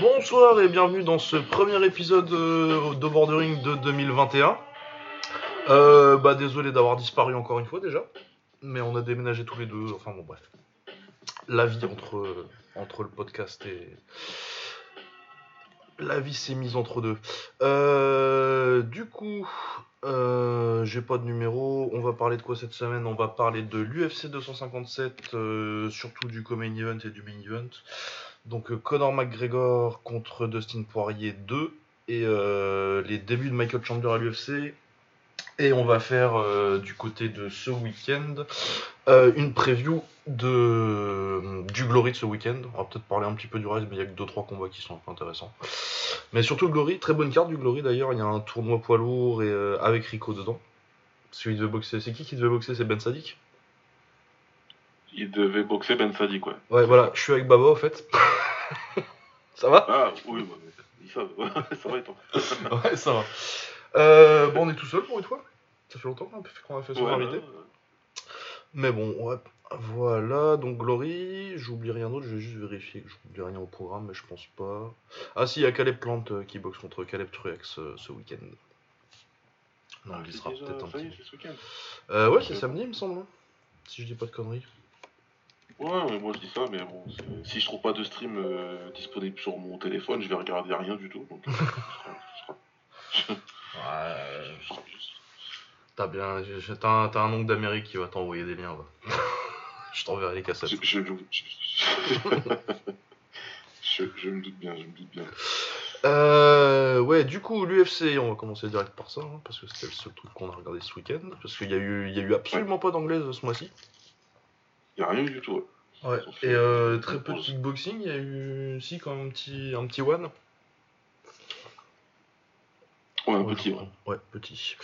Bonsoir et bienvenue dans ce premier épisode de Bordering de 2021. Désolé d'avoir disparu encore une fois déjà, mais on a déménagé tous les deux, enfin bon bref. La vie entre le podcast et... La vie s'est mise entre deux. J'ai pas de numéro. On va parler de quoi cette semaine? On va parler de l'UFC 257, surtout du co-main event et du main event. Donc Conor McGregor contre Dustin Poirier 2 et les débuts de Michael Chandler à l'UFC. Et on va faire du côté de ce week-end une preview du Glory de ce week-end. On va peut-être parler un petit peu du reste, mais il n'y a que 2-3 combats qui sont un peu intéressants. Mais surtout le Glory, très bonne carte du Glory d'ailleurs. Il y a un tournoi poids lourd et avec Rico dedans. Celui devait boxer. C'est qui devait boxer? C'est Ben Sadik? Il devait boxer Ben Sadik, ouais. Ouais, voilà, je suis avec Baba au fait. Ça va? Ah, oui, ça va et toi? Ouais, ça va. On est tout seul pour une fois. Ça fait longtemps qu'on a fait son invité. Mais bon, ouais, voilà, donc Glory, j'oublie rien d'autre, je vais juste vérifier que j'oublie rien au programme, mais je pense pas. Ah si, il y a Caleb Plant qui boxe contre Caleb Truex ce week-end. Non, il sera peut-être un petit... c'est ce week-end. Ouais, c'est samedi, il me semble, hein, si je dis pas de conneries. Ouais, mais moi je dis ça, mais bon, si je trouve pas de stream disponible sur mon téléphone, je vais regarder rien du tout, donc... T'as un oncle d'Amérique qui va t'envoyer des liens, va. Je t'enverrai les cassettes. Je me doute bien, Ouais, du coup, l'UFC, on va commencer direct par ça, hein, parce que c'était le seul truc qu'on a regardé ce week-end, parce qu'il y a eu absolument pas d'anglaise ce mois-ci. Il y a rien du tout, ouais. Et très peu de kickboxing, il y a eu, si, quand même un petit one. Ouais, un petit, ouais. Ouais, petit.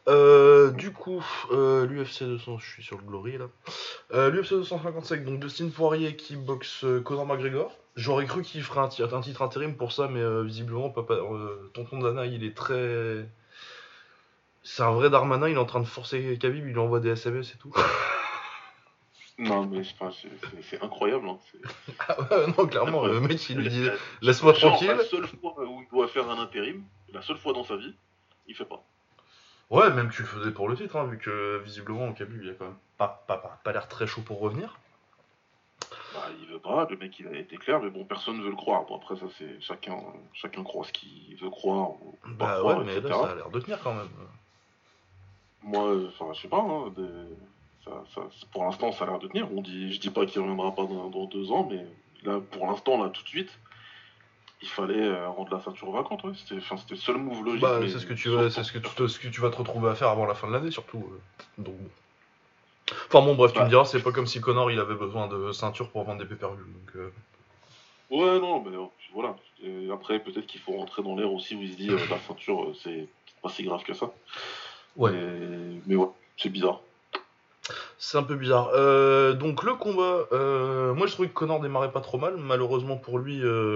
L'UFC 200, je suis sur le Glory là. L'UFC 255, donc Dustin Poirier qui boxe Conor McGregor. J'aurais cru qu'il ferait un titre intérim pour ça, mais visiblement, tonton Dana, il est très... C'est un vrai Darmanin, il est en train de forcer Khabib, il lui envoie des SMS et tout. Non, mais c'est incroyable. Hein. Ah ouais, non, clairement, le mec, il lui dit laisse-moi tranquille. La seule fois où il doit faire un intérim, la seule fois dans sa vie, il fait pas. Ouais, même tu le faisais pour le titre, hein, vu que visiblement, Khabib, il a quand même pas l'air très chaud pour revenir. Bah, il veut pas, le mec il a été clair, mais bon, personne ne veut le croire. Bon, après, ça, c'est chacun croit ce qu'il veut croire ou pas croire, ouais, mais etc. là, ça a l'air de tenir quand même. Moi, je sais pas, hein, pour l'instant, ça a l'air de tenir. Je dis pas qu'il reviendra pas dans 2 ans, mais là, pour l'instant, là, tout de suite, il fallait rendre la ceinture vacante, ouais. C'était le seul move logique. Bah, c'est ce que tu vas te retrouver à faire avant la fin de l'année, surtout. Donc bon. Enfin bon, bref, tu me diras, c'est pas comme si Conor il avait besoin de ceinture pour vendre des pay-per-view. Donc, ouais, non, mais voilà. Et après, peut-être qu'il faut rentrer dans l'air aussi où il se dit la ceinture, c'est pas si grave que ça. Ouais. Mais ouais, c'est bizarre. C'est un peu bizarre. Donc le combat, moi je trouvais que Conor démarrait pas trop mal. Malheureusement pour lui,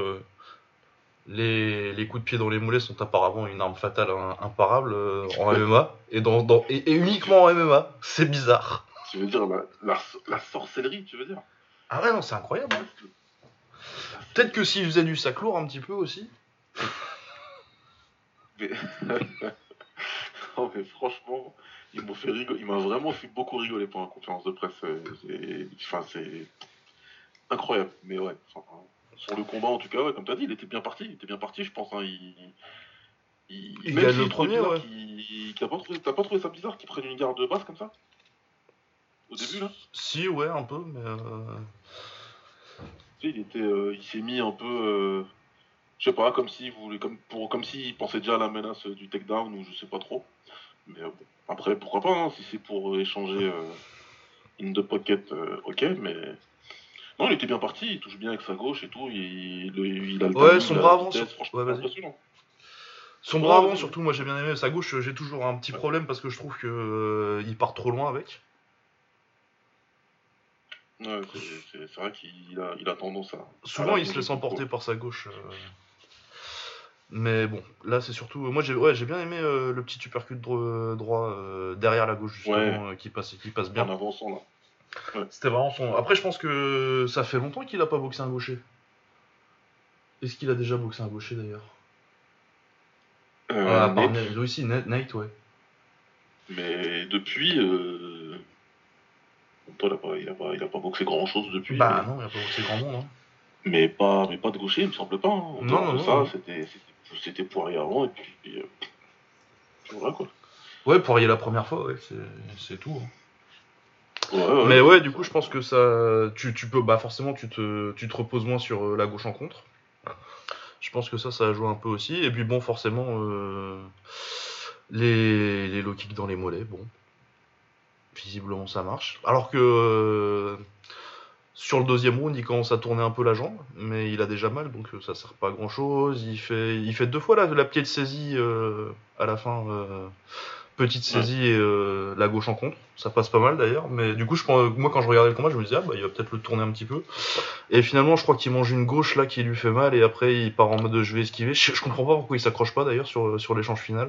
les coups de pied dans les mollets sont apparemment une arme fatale imparable en MMA et uniquement en MMA. C'est bizarre. Tu veux dire la sorcellerie, tu veux dire? Ah ouais, non, c'est incroyable. Hein. Peut-être que s'il faisait du sac lourd un petit peu aussi. Mais... non, mais franchement, il m'a vraiment fait beaucoup rigoler pendant la conférence de presse. C'est incroyable. Mais ouais, sur le combat en tout cas, ouais, comme tu as dit, il était bien parti, je pense. Hein, il gagne le premier, ouais. T'as pas trouvé ça bizarre qu'il prenne une garde de base comme ça au début là? Si, ouais, un peu, mais... Tu sais, il s'est mis un peu... je sais pas, comme s'il pensait déjà à la menace du takedown ou je sais pas trop. Mais bon, après, pourquoi pas, hein, si c'est pour échanger in the pocket, ok, mais... Non, il était bien parti, il touche bien avec sa gauche et tout, il a le ouais, son bras avant, franchement, ouais, impressionnant. Son bras avant, surtout, moi j'ai bien aimé. Sa gauche, j'ai toujours un petit problème parce que je trouve que il part trop loin avec. Ouais, c'est vrai qu'il a tendance à... Souvent, il se laisse emporter par sa gauche. Mais bon, là c'est surtout... Moi j'ai bien aimé le petit uppercut droit derrière la gauche, justement, qui passe bien. En avançant, là. Ouais. C'était vraiment son... Après, je pense que ça fait longtemps qu'il a pas boxé un gaucher. Est-ce qu'il a déjà boxé un gaucher d'ailleurs à part Nate. Nate, aussi, Nate, ouais. Mais depuis, il a pas boxé grand chose depuis, Bah non, il a pas boxé grand monde. Hein. mais pas de gaucher, il me semble pas, hein. En Non, dehors non, de non, ça, non. c'était Poirier avant, et puis voilà quoi. Ouais, Poirier la première fois, ouais, c'est tout. Hein. Ouais, Mais ouais, du ça- coup, je pense que ça. Tu peux. Bah, forcément, tu te reposes moins sur la gauche en contre. Je pense que ça a joué un peu aussi. Et puis, bon, forcément, les low kicks dans les mollets, bon. Visiblement, ça marche. Alors que. Sur le deuxième round, il commence à tourner un peu la jambe, mais il a déjà mal, donc ça sert pas à grand chose. Il fait deux fois la pied de saisie à la fin. Petite ouais. saisie et la gauche en contre. Ça passe pas mal d'ailleurs. Mais du coup, moi, quand je regardais le combat, je me disais, ah bah, il va peut-être le tourner un petit peu. Et finalement, je crois qu'il mange une gauche là qui lui fait mal. Et après, il part en mode je vais esquiver. Je comprends pas pourquoi il s'accroche pas d'ailleurs sur l'échange final.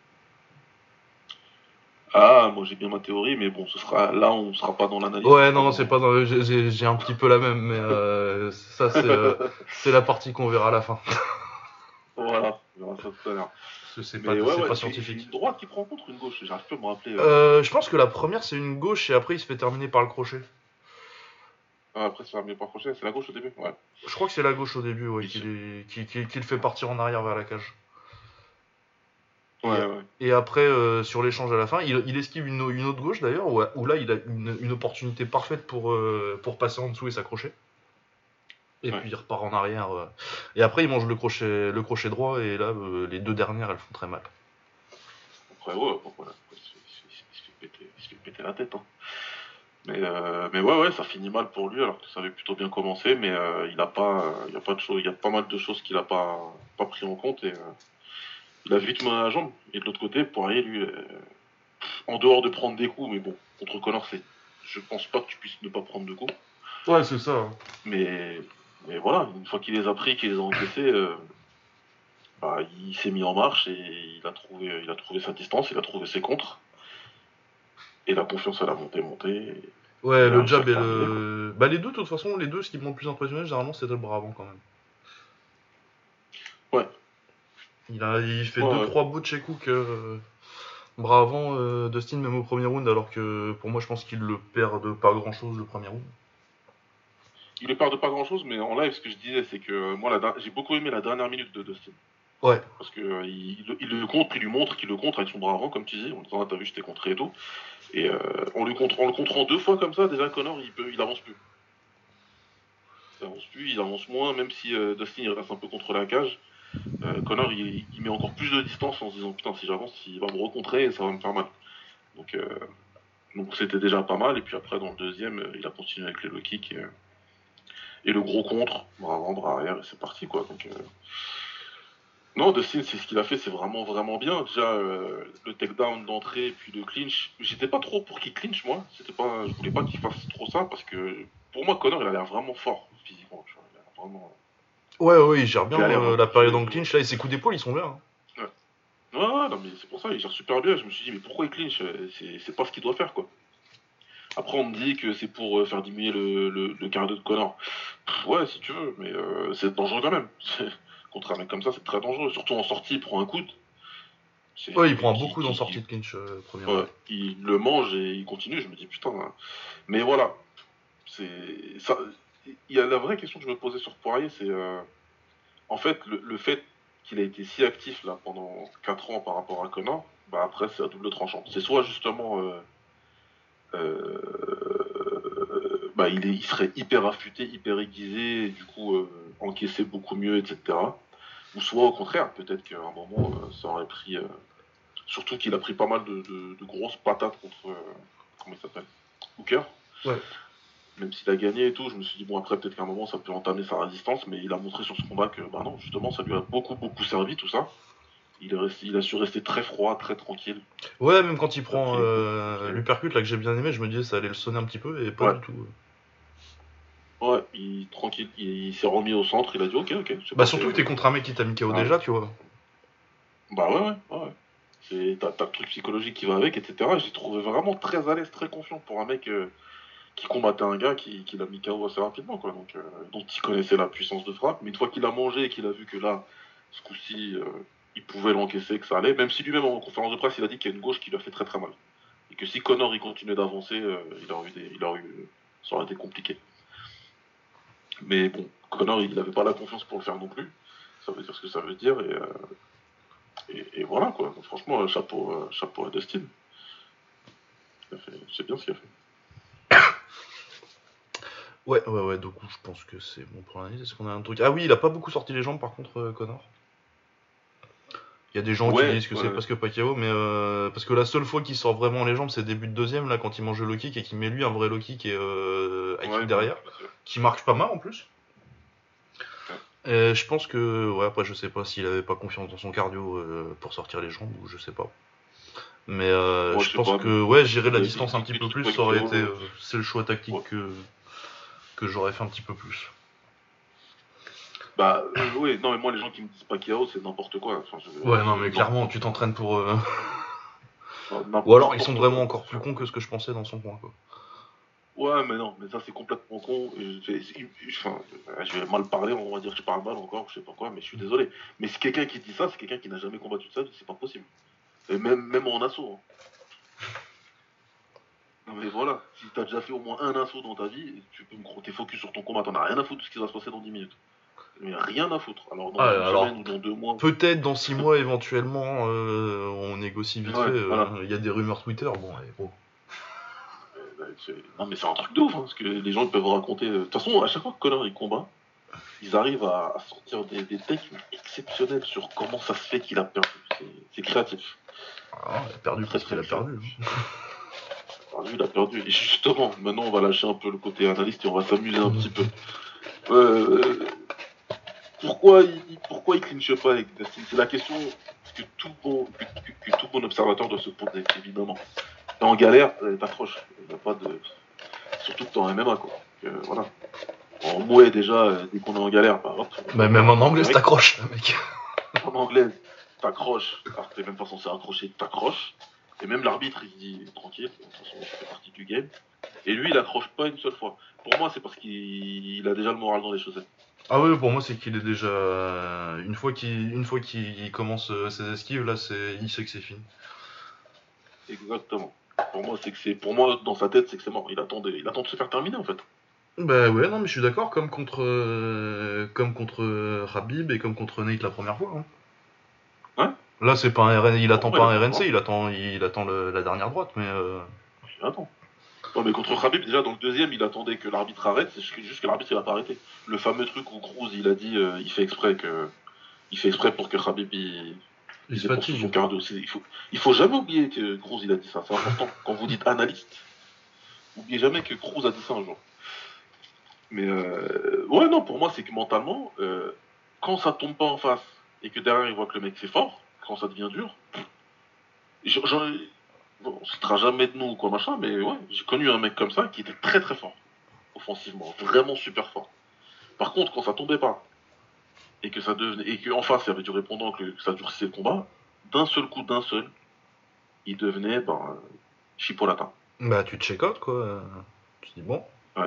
Ah, moi j'ai bien ma théorie, mais bon, là, on sera pas dans l'analyse, on Ouais, sera non, c'est dans. pas dans. J'ai un petit peu la même, mais ça, c'est la partie qu'on verra à la fin. Voilà, on verra ça tout à l'heure. Parce que Mais c'est ouais, pas c'est une scientifique. droite qui prend contre une gauche, j'arrive plus à me rappeler. Je pense que la première, c'est une gauche et après, il se fait terminer par le crochet. Ah, après, ça va mieux pas crochet, c'est la gauche au début, ouais. Je crois que c'est la gauche au début, ouais, Il se- qui le fait partir en arrière vers la cage. Et, Ouais, ouais. et après, sur l'échange à la fin, il esquive une autre gauche d'ailleurs, où là, il a une opportunité parfaite pour passer en dessous et s'accrocher. Et Ouais. puis il repart en arrière. Et après, il mange le crochet droit, et là, les deux dernières, elles font très mal. Après, ouais, bon, voilà. Il se fait péter la tête, hein. Mais ouais, ça finit mal pour lui, alors que ça avait plutôt bien commencé, mais il y a pas de choses, il y a pas mal de choses qu'il a pas pris en compte, et il a vite mal à la jambe. Et de l'autre côté, Poirier, lui, en dehors de prendre des coups, mais bon, contre Connor, je pense pas que tu puisses ne pas prendre de coups. Ouais, c'est ça. Hein. Mais, mais voilà, une fois qu'il les a pris, qu'il les a encaissés, bah, il s'est mis en marche et il a trouvé sa distance, il a trouvé ses contres. Et la confiance, elle a monté, et Ouais, il a le réussi à jab le et terminer, quoi. le. Bah, les deux, de toute façon, les deux, ce qui m'ont le plus impressionné, généralement, c'était le bras avant quand même. Ouais, Il fait ouais, deux ouais. trois beaux check hooks bras avant Dustin, même au premier round, alors que pour moi, je pense qu'il le perd de pas grand chose le premier round. Il ne perd de pas grand chose, mais en live, ce que je disais, c'est que moi, j'ai beaucoup aimé la dernière minute de Dustin. Ouais, Parce que il le contre, il lui montre qu'il le contre avec son bras avant, comme tu dis, en disant, ah, t'as vu, je t'ai contré et tout. Et en le contrant deux fois comme ça, déjà, Connor, il avance plus. Il avance plus, il avance moins, même si Dustin il reste un peu contre la cage. Connor, il met encore plus de distance en se disant, putain, si j'avance, il va me recontrer et ça va me faire mal. Donc, euh, donc c'était déjà pas mal. Et puis après, dans le deuxième, il a continué avec les low kicks et le gros contre, bras avant, bras arrière, et c'est parti, quoi. Donc, non, Dustin, c'est ce qu'il a fait, c'est vraiment, vraiment bien. Déjà, le takedown d'entrée, puis le clinch. J'étais pas trop pour qu'il clinch, moi. Je voulais pas qu'il fasse trop ça, parce que pour moi, Connor, il a l'air vraiment fort, physiquement, tu vois. Il a l'air vraiment. ouais, il gère Puis bien il a l'air la période impétueux et en tout. clinch, là, et ses coups d'épaule, ils sont bien. Hein. Ouais. Ouais, non, mais c'est pour ça, il gère super bien. Je me suis dit, mais pourquoi il clinch? C'est pas ce qu'il doit faire, quoi. Après, on me dit que c'est pour faire diminuer le cardio de Connor. Ouais, si tu veux, mais c'est dangereux quand même. Contre un mec comme ça, c'est très dangereux. Surtout en sortie, il prend un coude. Ouais, il prend C'est beaucoup dans sortie de clinch, premier round. ouais, il le mange et il continue. Je me dis putain, hein. Mais voilà, c'est ça. Il y a la vraie question que je me posais sur Poirier, c'est en fait le fait qu'il a été si actif là pendant 4 ans par rapport à Connor, bah après c'est à double tranchant. C'est soit justement bah il serait hyper affûté, hyper aiguisé, et du coup encaisser beaucoup mieux, etc. Ou soit au contraire, peut-être qu'à un moment ça aurait pris. Surtout qu'il a pris pas mal de grosses patates contre. Comment il s'appelle? Hooker. Ouais. Même s'il a gagné et tout, je me suis dit, bon, après, peut-être qu'à un moment, ça peut entamer sa résistance, mais il a montré sur ce combat que, bah non, justement, ça lui a beaucoup, beaucoup servi, tout ça. Il a su rester très froid, très tranquille, Ouais, même quand il il a prend pris les coups. l'uppercut, là, que j'ai bien aimé, je me disais ça allait le sonner un petit peu, et pas Ouais, du tout. ouais, tranquille, il s'est remis au centre, il a dit, ok, c'est Bah, passé. surtout que t'es contre un mec qui t'a mis KO Ah, déjà, tu vois. bah ouais. T'as le truc psychologique qui va avec, etc. J'ai trouvé vraiment très à l'aise, très confiant pour un mec. qui combattait un gars qui l'a mis KO assez rapidement, quoi. Donc il connaissait la puissance de frappe, mais une fois qu'il a mangé et qu'il a vu que là, ce coup-ci, il pouvait l'encaisser, que ça allait, même si lui-même en conférence de presse, il a dit qu'il y a une gauche qui lui a fait très très mal. Et que si Connor il continuait d'avancer, ça aurait été compliqué. Mais bon, Connor il n'avait pas la confiance pour le faire non plus. Ça veut dire ce que ça veut dire et voilà quoi. Donc, franchement, chapeau à Dustin. C'est bien ce qu'il a fait. Ouais, du coup, je pense que c'est bon pour l'analyse. Est-ce qu'on a un truc? Ah oui, il a pas beaucoup sorti les jambes par contre, Connor. Il y a des gens qui disent que c'est parce que Pacquiao, mais parce que la seule fois qu'il sort vraiment les jambes, c'est début de deuxième, là, quand il mange le low kick et qu'il met lui un vrai low kick et high kick derrière, qui marche pas mal en plus. Je pense que, ouais, après, je sais pas s'il avait pas confiance dans son cardio pour sortir les jambes, ou je sais pas. Mais je pense que, ouais, gérer la distance un petit peu plus, ça aurait été. C'est le choix tactique que j'aurais fait un petit peu plus. Bah, oui, non, mais moi, les gens qui me disent Pacquiao, c'est n'importe quoi. Ouais, non, mais clairement, tu t'entraînes pour. Ou alors, ils sont vraiment encore plus cons que ce que je pensais dans son coin, quoi. Ouais, mais non, mais ça, c'est complètement con. Je vais mal parler, on va dire que je parle mal encore, je sais pas quoi, mais je suis désolé. Mais si quelqu'un qui dit ça, c'est quelqu'un qui n'a jamais combattu de sa vie, c'est pas possible. Et même en assaut. Hein. Non, mais voilà, si t'as déjà fait au moins un assaut dans ta vie, t'es focus sur ton combat, t'en as rien à foutre de ce qui va se passer dans 10 minutes. Mais rien à foutre. Alors, dans une semaine ou dans 2 mois. Peut-être dans 6 mois, éventuellement, on négocie vite fait. Voilà. Y a des rumeurs Twitter, bon, allez, bon. Non, mais c'est un truc de ouf, hein, parce que les gens ils peuvent raconter. De toute façon, à chaque fois que Connor il combat, ils arrivent à sortir des techniques exceptionnelles sur comment ça se fait qu'il a perdu. C'est créatif. Ah, il a perdu parce qu'il a perdu. Il a perdu. Et justement, maintenant on va lâcher un peu le côté analyste et on va s'amuser un petit peu. Pourquoi il clinche pas avec Dustin? C'est la question que tout bon observateur doit se poser, évidemment. T'es en galère, t'accroches. Il n'y a pas de. Surtout que t'es en MMA, quoi. Voilà. En mouet, déjà, dès qu'on est en galère, bah hop. Mais même en anglais, t'accroches, mec. En anglais, t'accroches. Alors que t'es même pas censé accrocher, t'accroches. Et même l'arbitre, il se dit tranquille, de toute façon, ça fait partie du game. Et lui, il accroche pas une seule fois. Pour moi, c'est parce qu'il a déjà le moral dans les chaussettes. Ah oui, pour moi, c'est qu'il est déjà. Une fois qu'il commence ses esquives, là, il sait que c'est fini. Exactement. Pour moi, dans sa tête, c'est que c'est mort. Il attend de se faire terminer, en fait. Bah ouais, non, mais je suis d'accord, comme contre Khabib et comme contre Nate la première fois. Hein. Ouais. Là, c'est pas un RN... il attend pas un RNC, il attend la dernière droite, mais. Il attend. Non, mais contre Khabib, déjà, dans le deuxième, il attendait que l'arbitre arrête, c'est juste que l'arbitre, il a pas arrêté. Le fameux truc où Cruz, il a dit, il fait exprès pour que Khabib, il se fatigue. Son cardio. Il faut jamais oublier que Cruz, il a dit ça, c'est important. Quand vous dites analyste, oubliez jamais que Cruz a dit ça un jour. Mais ouais, non, pour moi, c'est que mentalement, quand ça tombe pas en face et que derrière, il voit que le mec c'est fort, quand ça devient dur, bon, on citera jamais de nous ou quoi machin, mais ouais, j'ai connu un mec comme ça qui était très très fort, offensivement, vraiment super fort. Par contre, quand ça tombait pas, et que ça devenait, et qu'en face, il y avait du répondant, que ça durcissait le combat, d'un seul coup, il devenait, chipolatin. Bah, tu check out, quoi. Tu dis bon. Ouais.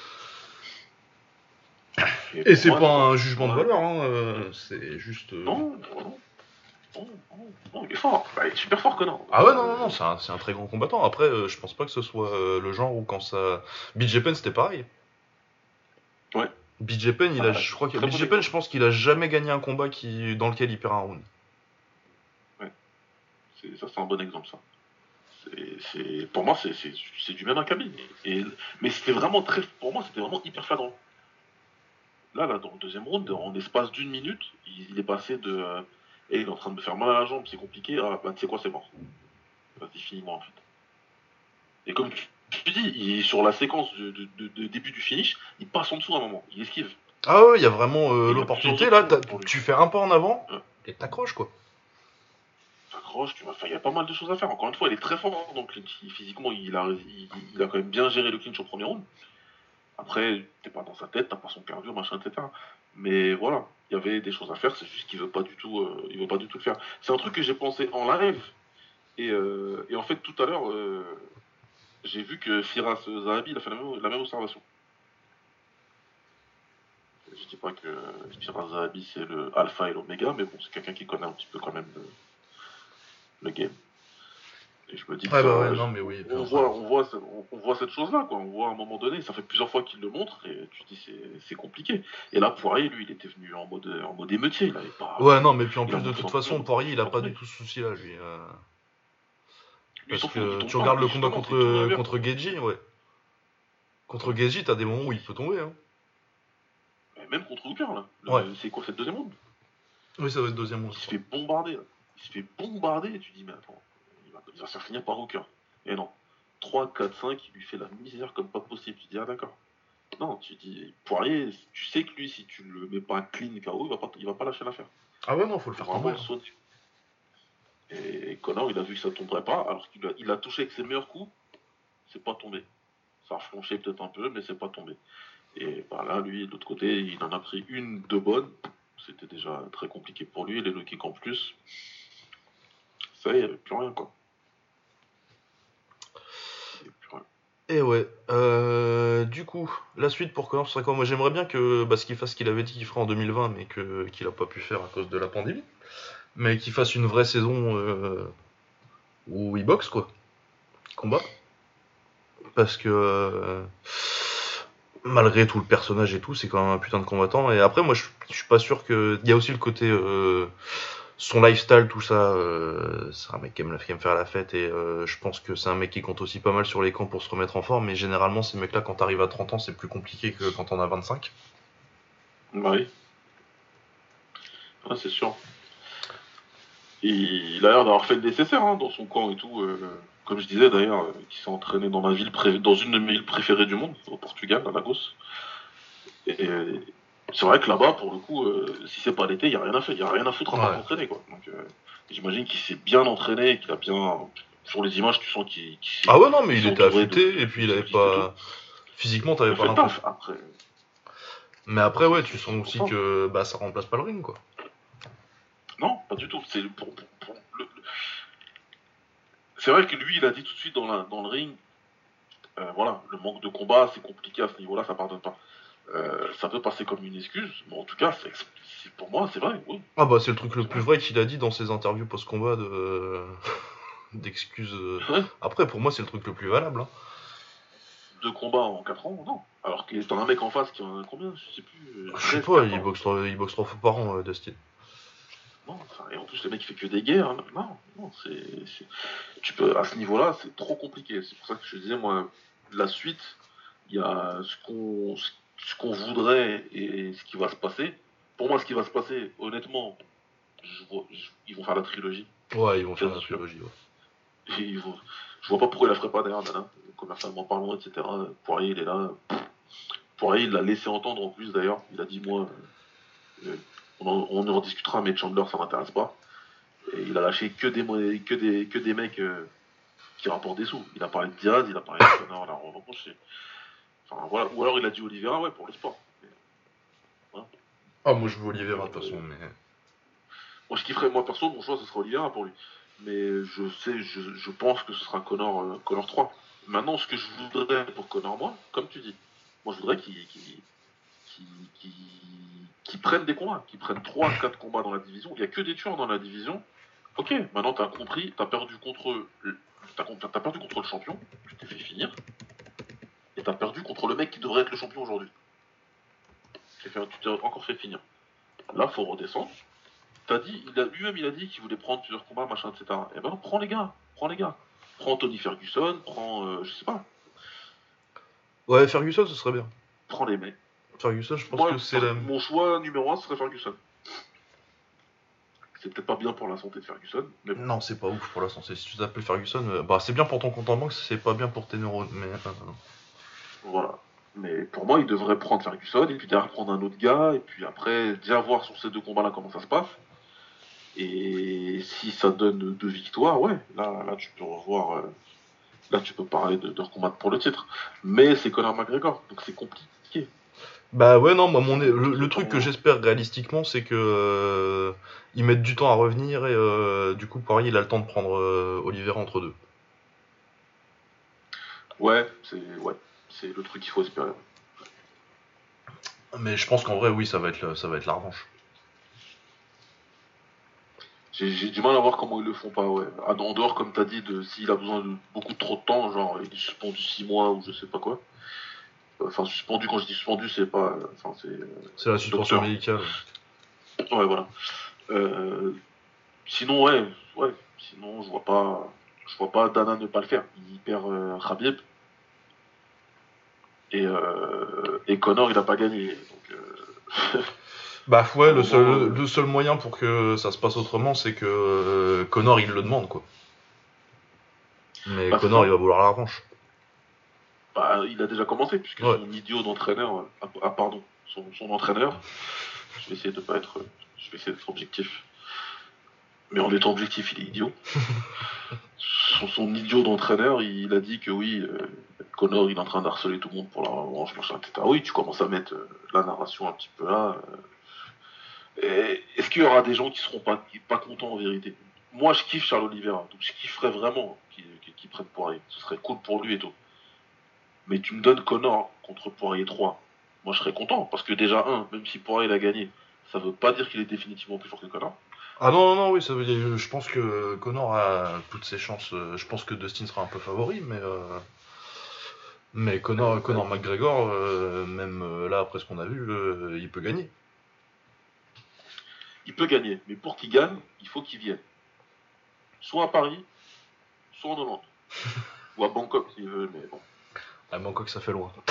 Et c'est pas un jugement de valeur, hein, c'est juste. Non, il est fort. Bah, il est super fort, Connor. Ah ouais, non, c'est un très grand combattant. Après, je pense pas que ce soit le genre où quand ça. BJ Penn, c'était pareil. Ouais. BJ Penn, je crois que BJ Penn, je pense qu'il a jamais gagné un combat dans lequel il perd un round. Ouais. Ça, c'est un bon exemple, ça. Pour moi, c'est du même acabit. Mais c'était vraiment pour moi, c'était vraiment hyper flagrant. Là, dans le deuxième round, en espace d'une minute, il est passé de. Et il est en train de me faire mal à la jambe, c'est compliqué. Ah, bah, tu sais quoi, c'est mort. Vas-y, finis-moi, en fait. Et comme tu dis, sur la séquence de début du finish, il passe en dessous à un moment, il esquive. Ah ouais, il y a vraiment l'opportunité. Là, tu fais un pas en avant et t'accroches, quoi. T'accroches, il y a pas mal de choses à faire. Encore une fois, il est très fort dans le clinch. Physiquement, il a quand même bien géré le clinch au premier round. Après, t'es pas dans sa tête, t'as pas son cardio, machin, etc. Mais voilà, il y avait des choses à faire, c'est juste qu'il veut pas du tout, le faire. C'est un truc que j'ai pensé en live, et en fait tout à l'heure, j'ai vu que Firas Zahabi il a fait la même observation. Je dis pas que Firas Zahabi c'est le alpha et l'oméga, mais bon, c'est quelqu'un qui connaît un petit peu quand même le game. Et je me dis que Ouais, bah ça, ouais, non, mais oui, on bien ça. voit, on voit, on voit cette chose-là, quoi. On voit à un moment donné, ça fait plusieurs fois qu'il le montre, et tu te dis c'est compliqué. Et là, Poirier, lui, il était venu en mode émeutier, il avait pas, Ouais, non, mais puis en il a plus, de montré toute dans le façon, mur, Poirier, il il a faut pas du tomber. tout ce souci-là, lui. Lui, il Parce s'en fout, il que tombe tu pas. regardes le Lui, combat justement, c'est il tourne contre, derrière. contre Geji, ouais. Contre Geji, t'as des moments où il peut tomber, hein. Et même contre Hooker, là. Ouais. C'est quoi, cette deuxième round? Oui, ça va être deuxième round, Il je se crois. fait bombarder, là. Il se fait bombarder, et tu dis, mais attends, il va se faire finir par Hooker. Et non. 3, 4, 5, il lui fait la misère comme pas possible. Tu dis, ah d'accord. Non, tu dis, Poirier, tu sais que lui, si tu le mets pas clean KO, il va pas lâcher l'affaire. Ah ouais, non, faut le Il faut faire tomber, vraiment hein. sonner. Et Connor, il a vu que ça tomberait pas, alors qu'il a touché avec ses meilleurs coups, c'est pas tombé. Ça a flanché peut-être un peu, mais c'est pas tombé. Et bah là, lui, de l'autre côté, il en a pris une de bonne. C'était déjà très compliqué pour lui, les low kicks en plus. Ça y est, il n'y avait plus rien, quoi. Il y avait plus rien. Et ouais. Du coup, la suite pour Connor, ce serait quoi? Moi, j'aimerais bien que qu'il fasse ce qu'il avait dit qu'il ferait en 2020, mais qu'il a pas pu faire à cause de la pandémie. Mais qu'il fasse une vraie saison où il boxe, quoi. Qu'il combat. Parce que malgré tout le personnage et tout, c'est quand même un putain de combattant. Et après, moi, je suis pas sûr que. Il y a aussi le côté. Son lifestyle, tout ça, c'est un mec qui aime faire la fête. Et je pense que c'est un mec qui compte aussi pas mal sur les camps pour se remettre en forme. Mais généralement, ces mecs-là, quand t'arrives à 30 ans, c'est plus compliqué que quand t'en as 25. Bah oui, ouais, c'est sûr. Et il a l'air d'avoir fait le nécessaire hein, dans son camp et tout. Comme je disais d'ailleurs, qui s'est entraîné dans une de mes villes préférées du monde, au Portugal, à Lagos. Et c'est vrai que là-bas, pour le coup, si c'est pas l'été, il y a rien à faire, il y a rien à foutre à part Ouais. s'entraîner quoi. Donc j'imagine qu'il s'est bien entraîné, qu'il a bien. Sur les images, tu sens Ah ouais, non, mais il il s'est était entouré affûté. Et puis, de il avait cyclistes et tout. pas. Physiquement, Il t'avais a pas fait le l'impression. taf. Après, Mais après, ouais, tu c'est sens pour aussi ça. que bah, ça remplace pas le ring, quoi. Non, pas du tout. C'est vrai que lui, il a dit tout de suite dans le ring, voilà, le manque de combat, c'est compliqué à ce niveau-là, ça pardonne pas. Ça peut passer comme une excuse, mais en tout cas, pour moi, c'est vrai, oui, Ah bah, c'est le truc le c'est plus vrai. vrai qu'il a dit dans ses interviews post-combat d'excuses. Ouais, Après, pour moi, c'est le truc le plus valable, hein. 2 combats en 4 ans, non. Alors que t'as un mec en face qui en a combien, je sais plus, Je sais 13, pas, 14. il boxe 3 fois par an, Dustin. Non, enfin, et en plus, le mec il fait que des guerres. Hein. Non, non, tu peux, à ce niveau-là, c'est trop compliqué. C'est pour ça que je disais, moi, la suite, il y a ce qu'on voudrait et ce qui va se passer. Pour moi, ce qui va se passer, honnêtement, ils vont faire la trilogie, Ouais, ils c'est vont faire la quasi sûr. trilogie, ouais. Et je vois pas pourquoi il la ferait pas derrière, Nana, commercialement parlant, etc. Poirier, il est là. Poirier, il l'a laissé entendre en plus, d'ailleurs. Il a dit, moi, euh, on en rediscutera, mais Chandler, ça m'intéresse pas. Et il a lâché que des mecs qui rapportent des sous. Il a parlé de Diaz, il a parlé de Connor, la revanche. Enfin, voilà. Ou alors il a dit Oliveira, ouais, pour le sport. Mais, voilà. Ah, moi, je veux Donc, Oliveira, de toute façon, mais. moi, je kifferais, moi perso, mon choix, ce sera Oliveira pour lui. Mais je pense que ce sera Connor 3. Maintenant, ce que je voudrais pour Connor, moi, comme tu dis, moi, je voudrais qu'il- qu'il- qu'il prenne des combats, qu'il prenne 3 4 combats dans la division. Il n'y a que des tueurs dans la division. Ok, maintenant t'as compris, t'as perdu contre le champion, tu t'es fait finir, et t'as perdu contre le mec qui devrait être le champion aujourd'hui. Tu t'es encore fait finir. Là, faut redescendre. Lui-même, il a dit qu'il voulait prendre plusieurs combats, machin, etc. Eh ben, prends les gars, prends les gars. Prends Tony Ferguson, je sais pas, Ouais, Ferguson, ce serait bien. prends les mecs. Ferguson, je pense que Moi, c'est la. mon choix numéro 1 serait Ferguson. C'est peut-être pas bien pour la santé de Ferguson, mais bon, Non, c'est pas ouf pour la santé. Si tu t'appelles Ferguson, bah, c'est bien pour ton compte en banque, c'est pas bien pour tes neurones, mais. voilà. Mais pour moi, il devrait prendre Ferguson, et puis derrière prendre un autre gars, et puis après, déjà voir sur ces 2 combats-là comment ça se passe. Et si ça donne 2 victoires, ouais, là tu peux revoir. Là, tu peux parler de recombattre pour le titre. Mais c'est Conor McGregor, donc c'est compliqué. Bah ouais, non, moi, C'est le compliqué truc que comment. j'espère réalistiquement, c'est que ils mettent du temps à revenir et du coup, Poirier, il a le temps de prendre Oliveira entre deux. Ouais, c'est le truc qu'il faut espérer. Mais je pense qu'en vrai, oui, ça va être la revanche. J'ai du mal à voir comment ils le font pas, ouais. En dehors, comme t'as dit, de s'il a besoin de beaucoup trop de temps, genre il est suspendu 6 mois ou je sais pas quoi. Enfin, suspendu, quand je dis suspendu, c'est pas. Enfin, c'est C'est la le suspension docteur. médicale. Ouais, voilà. Euh, Sinon, ouais. Sinon, je vois pas Dana ne pas le faire. Il perd Khabib et Connor, il a pas gagné. Donc, Bah à ouais, un moment, le seul moyen pour que ça se passe autrement, c'est que Connor, il le demande, quoi. Mais bah c'est Connor, ça. il va vouloir la revanche. Bah, il a déjà commencé puisque Ouais. son idiot d'entraîneur, pardon, son entraîneur. Je vais essayer de pas être, je vais essayer d'être objectif. Mais en étant objectif, il est idiot. Son idiot d'entraîneur, il a dit que oui, Connor, il est en train d'harceler tout le monde pour la revanche, machin, etc. Oui, tu commences à mettre la narration un petit peu là. Est-ce qu'il y aura des gens qui seront pas contents en vérité? Moi, je kiffe Charles Oliveira, donc je kifferais vraiment qu'il prenne Poirier. Ce serait cool pour lui et tout. Mais tu me donnes Connor contre Poirier 3. Moi, je serais content, parce que déjà, même si Poirier l'a gagné, ça veut pas dire qu'il est définitivement plus fort que Connor. Ah non, non, non, oui, ça veut dire, je pense que Connor a toutes ses chances. Je pense que Dustin sera un peu favori, mais Connor McGregor, même là, après ce qu'on a vu, il peut gagner. Il peut gagner, mais pour qu'il gagne, il faut qu'il vienne. Soit à Paris, soit en Hollande. Ou à Bangkok s'il veut, mais bon. À Bangkok, ça fait loin.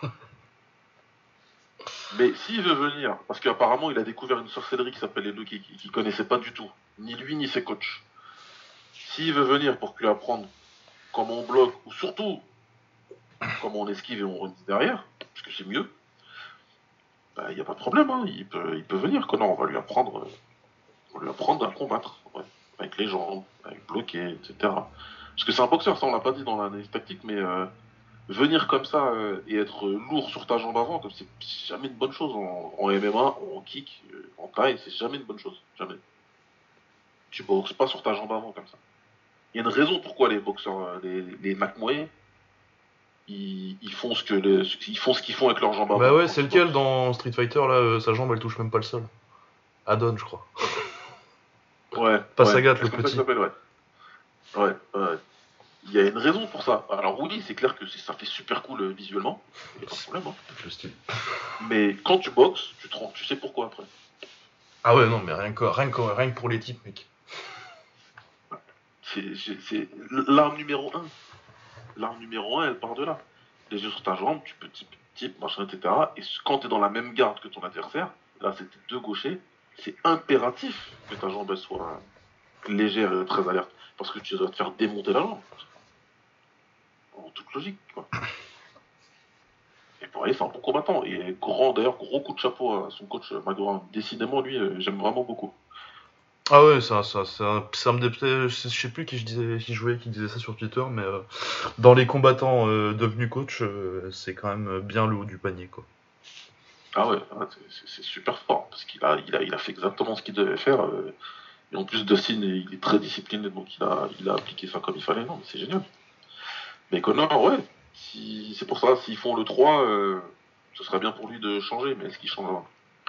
Mais s'il veut venir, parce qu'apparemment il a découvert une sorcellerie qui s'appelle les Loki, qu'il connaissait pas du tout, ni lui ni ses coachs. S'il veut venir pour lui apprendre comment on bloque, ou surtout comment on esquive et on redit derrière, parce que c'est mieux, bah il n'y a pas de problème, hein, il peut venir, Connor, on va lui apprendre à combattre, ouais, avec les jambes, avec bloquer, etc. Parce que c'est un boxeur, ça on l'a pas dit dans l'analyse tactique, mais venir comme ça et être lourd sur ta jambe avant, comme c'est jamais une bonne chose en MMA, en kick, en taille, c'est jamais une bonne chose. Jamais. Tu boxes pas sur ta jambe avant comme ça. Il y a une raison pourquoi les boxeurs, les McMoy, ils font ils font ce qu'ils font avec leurs jambes Bah avant ouais, c'est quand ils lequel boxent. dans Street Fighter, là, sa jambe, elle touche même pas le sol. Adon, je crois. Pas Ouais. Sagat, le C'est comme ça que ça petit. s'appelle, ouais. Ouais. Il y a une raison pour ça. Alors oui, c'est clair que ça fait super cool visuellement, il n'y a pas de problème. Hein. Peut-être le style. Mais quand tu boxes, tu sais pourquoi après. Ah ouais, non, mais rien que pour les types, mec. C'est l'arme numéro un. L'arme numéro un, elle part de là. Les yeux sur ta jambe, tu peux type, machin, etc. Et quand tu es dans la même garde que ton adversaire, là c'est tes deux gauchers, c'est impératif que ta jambe elle soit légère et très alerte. Parce que tu dois te faire démonter la jambe. En toute logique, quoi. Et pareil, c'est un bon combattant. Et d'ailleurs, gros coup de chapeau à son coach Magloire. Décidément, lui, j'aime vraiment beaucoup. Ah ouais, ça me déplaît. Je sais plus qui disait ça sur Twitter, mais dans les combattants devenus coach, c'est quand même bien le haut du panier, quoi. Ah ouais, c'est super fort. Parce il a fait exactement ce qu'il devait faire. Et en plus, Dustin, il est très discipliné, donc il a appliqué ça comme il fallait. Non, mais c'est génial. Mais Connor, ouais, c'est pour ça, s'ils font le 3, ce serait bien pour lui de changer, mais est-ce qu'il changera?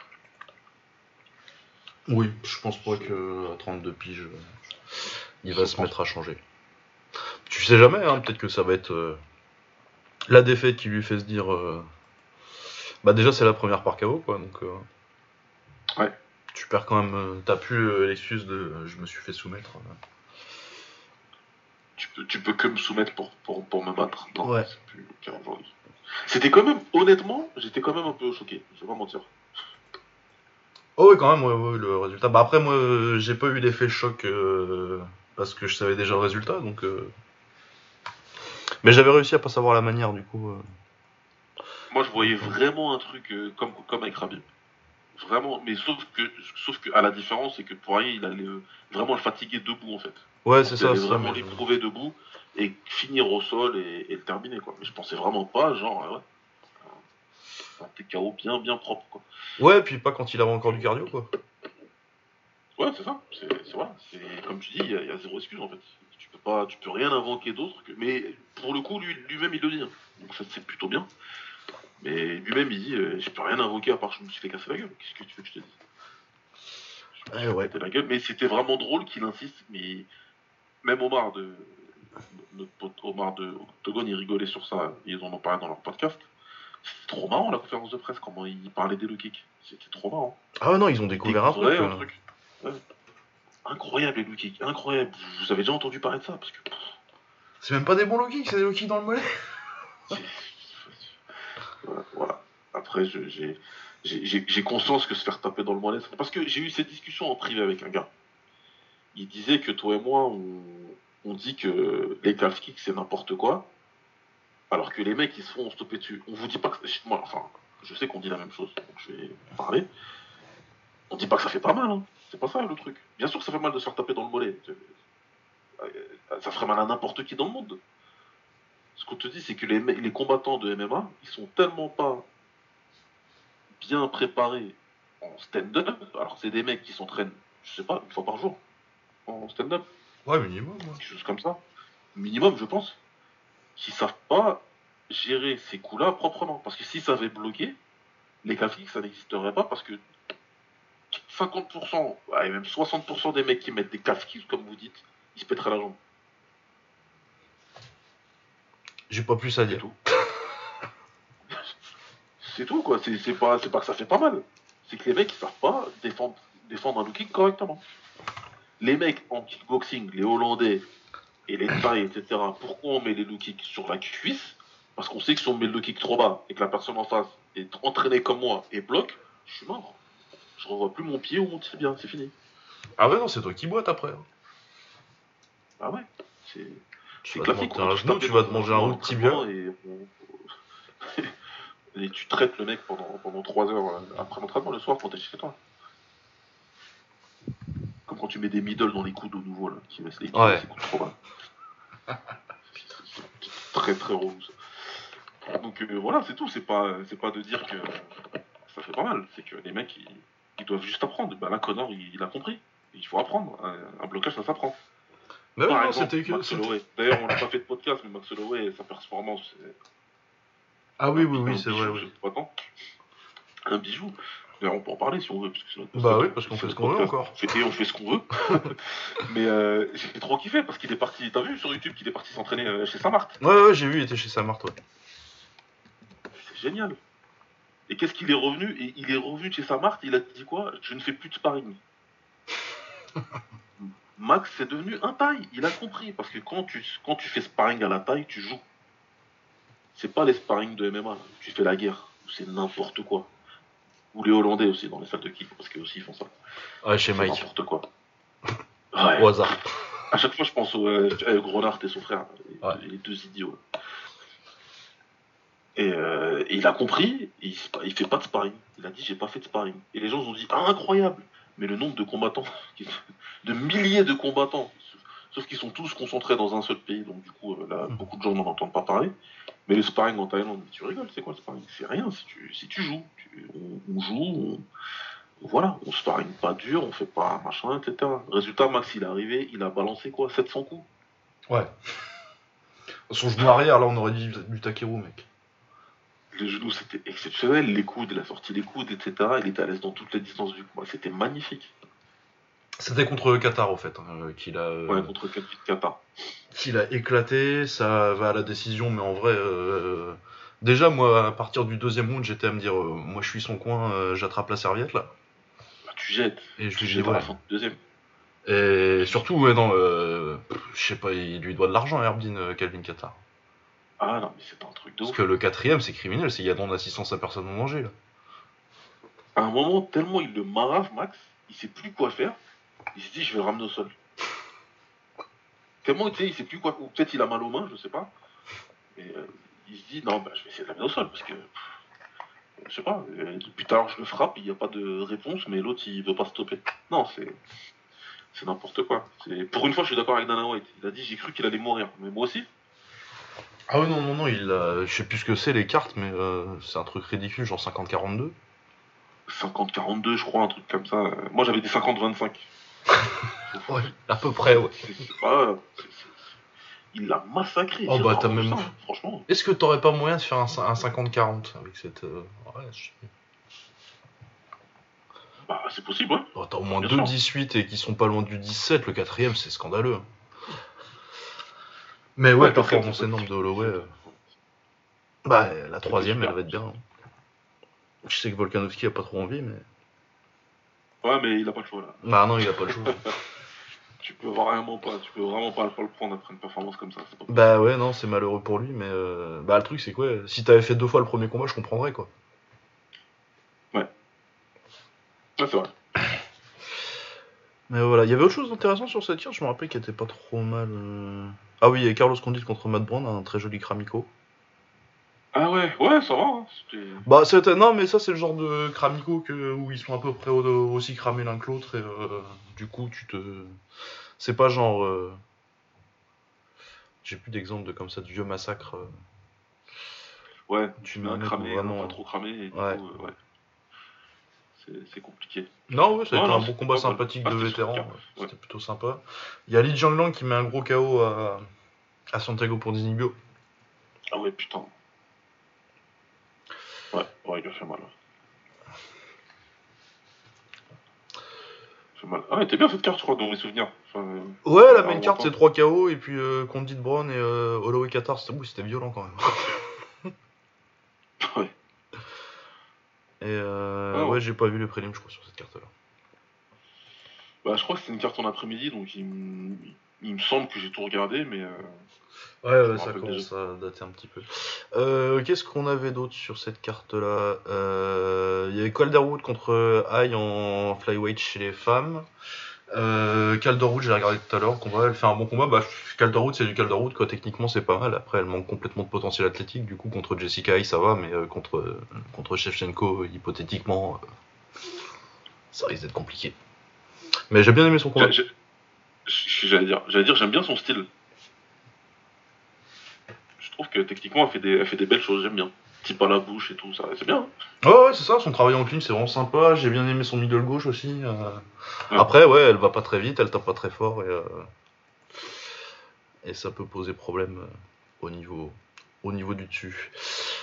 Oui, je pense pas je, que à 32 piges, il va je se pense. mettre à changer. Tu sais jamais, hein, peut-être que ça va être la défaite qui lui fait se dire. Bah déjà c'est la première par KO, quoi, donc Ouais, tu perds quand même. T'as plus l'excuse de je me suis fait soumettre. tu peux que me soumettre pour me battre. Non, Ouais. c'est plus le cas aujourd'hui. C'était quand même, honnêtement, j'étais quand même un peu choqué, je vais pas mentir. Oh oui, quand même, ouais, le résultat. Bah après, moi, j'ai pas eu l'effet choc parce que je savais déjà le résultat, donc. Mais j'avais réussi à pas savoir la manière, du coup. Moi, je voyais Donc, vraiment un truc comme avec Rabib. Vraiment, mais sauf que à la différence, c'est que Poirier, il allait vraiment le fatiguer debout en fait. Je ouais, pense c'est qu'il ça, allait c'est ça, vraiment mais. l'éprouver debout et finir au sol et le terminer quoi. Mais je pensais vraiment pas, genre, ouais, un TKO bien propre quoi. Ouais, puis pas quand il avait Donc, encore du cardio, quoi. ouais, c'est ça. Voilà. C'est comme tu dis, il y a zéro excuse en fait. Tu peux rien invoquer d'autre que. Mais pour le coup, lui-même, il le dit. Hein. Donc ça, c'est plutôt bien. Mais lui-même, il dit je peux rien invoquer à part je me suis fait casser la gueule. Qu'est-ce que tu veux que je te dise? Je me suis Ouais. pété la gueule. Mais c'était vraiment drôle qu'il insiste. Mais même notre pote Omar de Octogone, il rigolait sur ça. Ils en ont parlé dans leur podcast. C'était trop marrant la conférence de presse, comment ils parlaient des low kicks. C'était trop marrant. Ah ouais, non, ils ont Ils découvert un découvraient truc. un truc. Ouais. Incroyable les low kicks, incroyable. Vous avez déjà entendu parler de ça parce que C'est même pas des bons low kicks, c'est des low kicks dans le mollet. voilà. Après, j'ai conscience que se faire taper dans le mollet, parce que j'ai eu cette discussion en privé avec un gars. Il disait que toi et moi, on dit que les calf kicks c'est n'importe quoi, alors que les mecs ils se font stopper dessus. On vous dit pas que moi, enfin, je sais qu'on dit la même chose, donc je vais parler. On dit pas que ça fait pas mal, hein. C'est pas ça le truc. Bien sûr que ça fait mal de se faire taper dans le mollet. Ça ferait mal à n'importe qui dans le monde. Ce qu'on te dit, c'est que les combattants de MMA, ils sont tellement pas bien préparés en stand-up, alors que c'est des mecs qui s'entraînent, je sais pas, une fois par jour en stand-up, Ouais, minimum. Ouais. quelque chose comme ça, minimum, je pense, qui savent pas gérer ces coups-là proprement. Parce que s'ils savaient bloquer, les calf kicks, ça n'existerait pas parce que 50%, et même 60% des mecs qui mettent des calf kicks, comme vous dites, ils se pèteraient la jambe. J'ai pas plus à C'est dire. tout. C'est tout, quoi. C'est pas que ça fait pas mal. C'est que les mecs, ils savent pas défendre un low kick correctement. Les mecs en kickboxing, les Hollandais et les Thaïs, etc., pourquoi on met les low kicks sur la cuisse? Parce qu'on sait que si on met le low kick trop bas et que la personne en face est entraînée comme moi et bloque, je suis mort. Je revois plus mon pied ou mon tibia, c'est fini. Ah ouais, non, c'est toi qui boites après. Ah ouais, c'est Tu c'est vas te classique. monter On un va se genou, taper tu vas te dans un manger un genou à roux de tibia. l'entraînement et tu traites le mec pendant 3 heures après l'entraînement le soir quand t'es chez toi. Comme quand tu mets des middle dans les coudes au nouveau, là, qui mettent les Ouais. coups trop bas. C'est très très relou ça. Donc voilà, c'est tout. C'est pas de dire que ça fait pas mal. C'est que les mecs, ils doivent juste apprendre. Bah là, Connor, il a compris. Il faut apprendre. Un blocage, ça s'apprend. Mais ouais, Par non, exemple, c'était que. Max Holloway. D'ailleurs, on n'a pas fait de podcast, mais Max Holloway, sa performance, c'est Ah oui, oui, oui, un c'est vrai, bijou, oui. ce combattant. Un bijou. D'ailleurs, on peut en parler si on veut, parce que Bah oui, parce qu'on c'est fait ce notre qu'on veut podcast. encore. Et on fait ce qu'on veut. Mais j'ai trop kiffé parce qu'il est parti. T'as vu sur YouTube qu'il est parti s'entraîner chez Saint-Marthe? Ouais, ouais, j'ai vu, il était chez Samart, ouais. C'est génial. Et qu'est-ce qu'il est revenu? Et il est revenu de chez Saint-Marthe, il a dit quoi? Je ne fais plus de sparring. Max, c'est devenu un taille. Il a compris. Parce que quand tu fais sparring à la taille, tu joues. C'est pas les sparring de MMA. Là. Tu fais la guerre. C'est n'importe quoi. Ou les Hollandais aussi dans les salles de kick. Parce qu'eux aussi ils font ça. Ouais, chez C'est Mike. n'importe quoi. Ouais. Au hasard. À chaque fois, je pense au Gronart et son frère. Ouais. Les deux idiots. Et il a compris, il fait pas de sparring. Il a dit j'ai pas fait de sparring. Et les gens ont dit ah, incroyable. Mais le nombre de combattants, de milliers de combattants, sauf qu'ils sont tous concentrés dans un seul pays, donc du coup là beaucoup de gens n'en entendent pas parler. Mais le sparring en Thaïlande, tu rigoles, c'est quoi le sparring? C'est rien si tu joues. On joue, voilà, on sparring pas dur, on fait pas machin, etc. Résultat, Max il est arrivé, il a balancé quoi 700 coups. Ouais. Son genou arrière, là, on aurait dit du Takeru, mec. Le genou, c'était exceptionnel. Les coudes, il a sorti les coudes, etc. Il était à l'aise dans toutes les distances du combat. C'était magnifique. C'était contre le Qatar, au fait, Ouais, contre Kata. qu'il a éclaté. Ça va à la décision, mais en vrai, déjà, moi, à partir du deuxième round, j'étais à me dire, moi, je suis son coin, j'attrape la serviette, là. Bah, tu jettes. Et je Tu lui dis, jettes à ouais. la fin du deuxième. Et surtout, ouais, non, je sais pas, il lui doit de l'argent, Herbin, Calvin Qatar. Ah non, mais c'est un truc de Parce ouf. que le quatrième, c'est criminel, c'est il y a non-assistance à personne en danger, là. À un moment, tellement il le marave, Max, il sait plus quoi faire. Il se dit, je vais le ramener au sol. Tellement, tu sais, il sait plus quoi. Ou peut-être il a mal aux mains, je sais pas. Mais il se dit, non, bah, je vais essayer de l'amener au sol. Parce que, je sais pas, depuis tout à l'heure, je le frappe, il n'y a pas de réponse, mais l'autre, il veut pas stopper. Non, c'est n'importe quoi. Pour une fois, je suis d'accord avec Dana White. Il a dit, j'ai cru qu'il allait mourir. Mais moi aussi. Ah ouais, non, non, non, je sais plus ce que c'est les cartes, mais c'est un truc ridicule, genre 50-42. 50-42, je crois, un truc comme ça. Moi, j'avais dit 50-25. Ouais, à peu près, ouais. C'est pas. il l'a massacré. Oh J'ai bah rarement t'as vu même. ça, hein, franchement. Est-ce que t'aurais pas moyen de faire un 50-40 avec cette. Ouais, Bah, c'est possible, ouais. oh, t'as au Bah, moins bien deux sûr. 18 et qui sont pas loin du 17, le quatrième c'est scandaleux. Mais ouais, Ouais, quatrième, ça performance peut être énorme de Holloway. 17. Bah, la Ça peut être troisième elle super. va être bien. Je sais que Volkanovski a pas trop envie, mais. Ouais, mais il a pas le choix là. Bah non, il a pas le choix. Tu peux vraiment pas le prendre après une performance comme ça, c'est pas possible. Bah ouais, non, c'est malheureux pour lui, mais. Bah le truc c'est quoi, si t'avais fait 2 fois le premier combat, je comprendrais quoi. Ouais, ouais c'est vrai. Mais voilà, il y avait autre chose d'intéressant sur cette carte, je me rappelle qu'elle était pas trop mal. Ah oui, il y avait Carlos Condit contre Matt Brown, un très joli Kramiko. Ah ouais, ça va. Hein. Bah, non, mais ça, c'est le genre de Kramiko où ils sont à peu près aussi cramés l'un que l'autre, et du coup, C'est pas genre. J'ai plus d'exemple de comme ça, de vieux massacres. Ouais, Tu tu mets mets un un mec où cramé, un vraiment. pas trop cramé, et du Ouais. coup, ouais, c'est compliqué. Non, ouais, ça a été Non, un non, bon c'était combat pas mal. sympathique Ah, de c'était sur cette vétérans, carte. ouais. Ouais. C'était plutôt sympa. Il y a Li Jianglang qui met un gros KO à Santiago pour Dinibio. Ah ouais, putain. Ouais, il a fait mal. Fait mal. Ah, elle était bien cette carte, je crois, dans mes souvenirs. Enfin, Ouais, la à un main card c'est lointain. 3 KO, et puis Condit Brown et Holloway Qatar, c'était violent quand même. Ouais. Et Ah, ouais, ouais. j'ai pas vu les prélims, je crois, sur cette carte-là. Bah, je crois que c'est une carte en après-midi, donc il me semble que j'ai tout regardé, mais je Ouais, me ça rappelle déjà. commence à dater un petit peu. Qu'est-ce qu'on avait d'autre sur cette carte-là? Il y avait Calderwood contre Ai en flyweight chez les femmes. Calderwood, j'ai regardé tout à l'heure, le combat, elle fait un bon combat. Bah, Calderwood, c'est du Calderwood, quoi. Techniquement, c'est pas mal. Après, elle manque complètement de potentiel athlétique. Du coup, contre Jessica Ai, ça va, mais contre Shevchenko, hypothétiquement, ça risque d'être compliqué. Mais j'ai bien aimé son combat. J'allais dire, j'aime bien son style. Je trouve que techniquement, elle fait des belles choses, j'aime bien. Type à la bouche et tout, ça, c'est bien. Hein. Ouais, c'est ça, son travail en clinch, c'est vraiment sympa. J'ai bien aimé son middle gauche aussi. Ouais. Après, ouais, elle va pas très vite, elle tape pas très fort, et ça peut poser problème au niveau du dessus.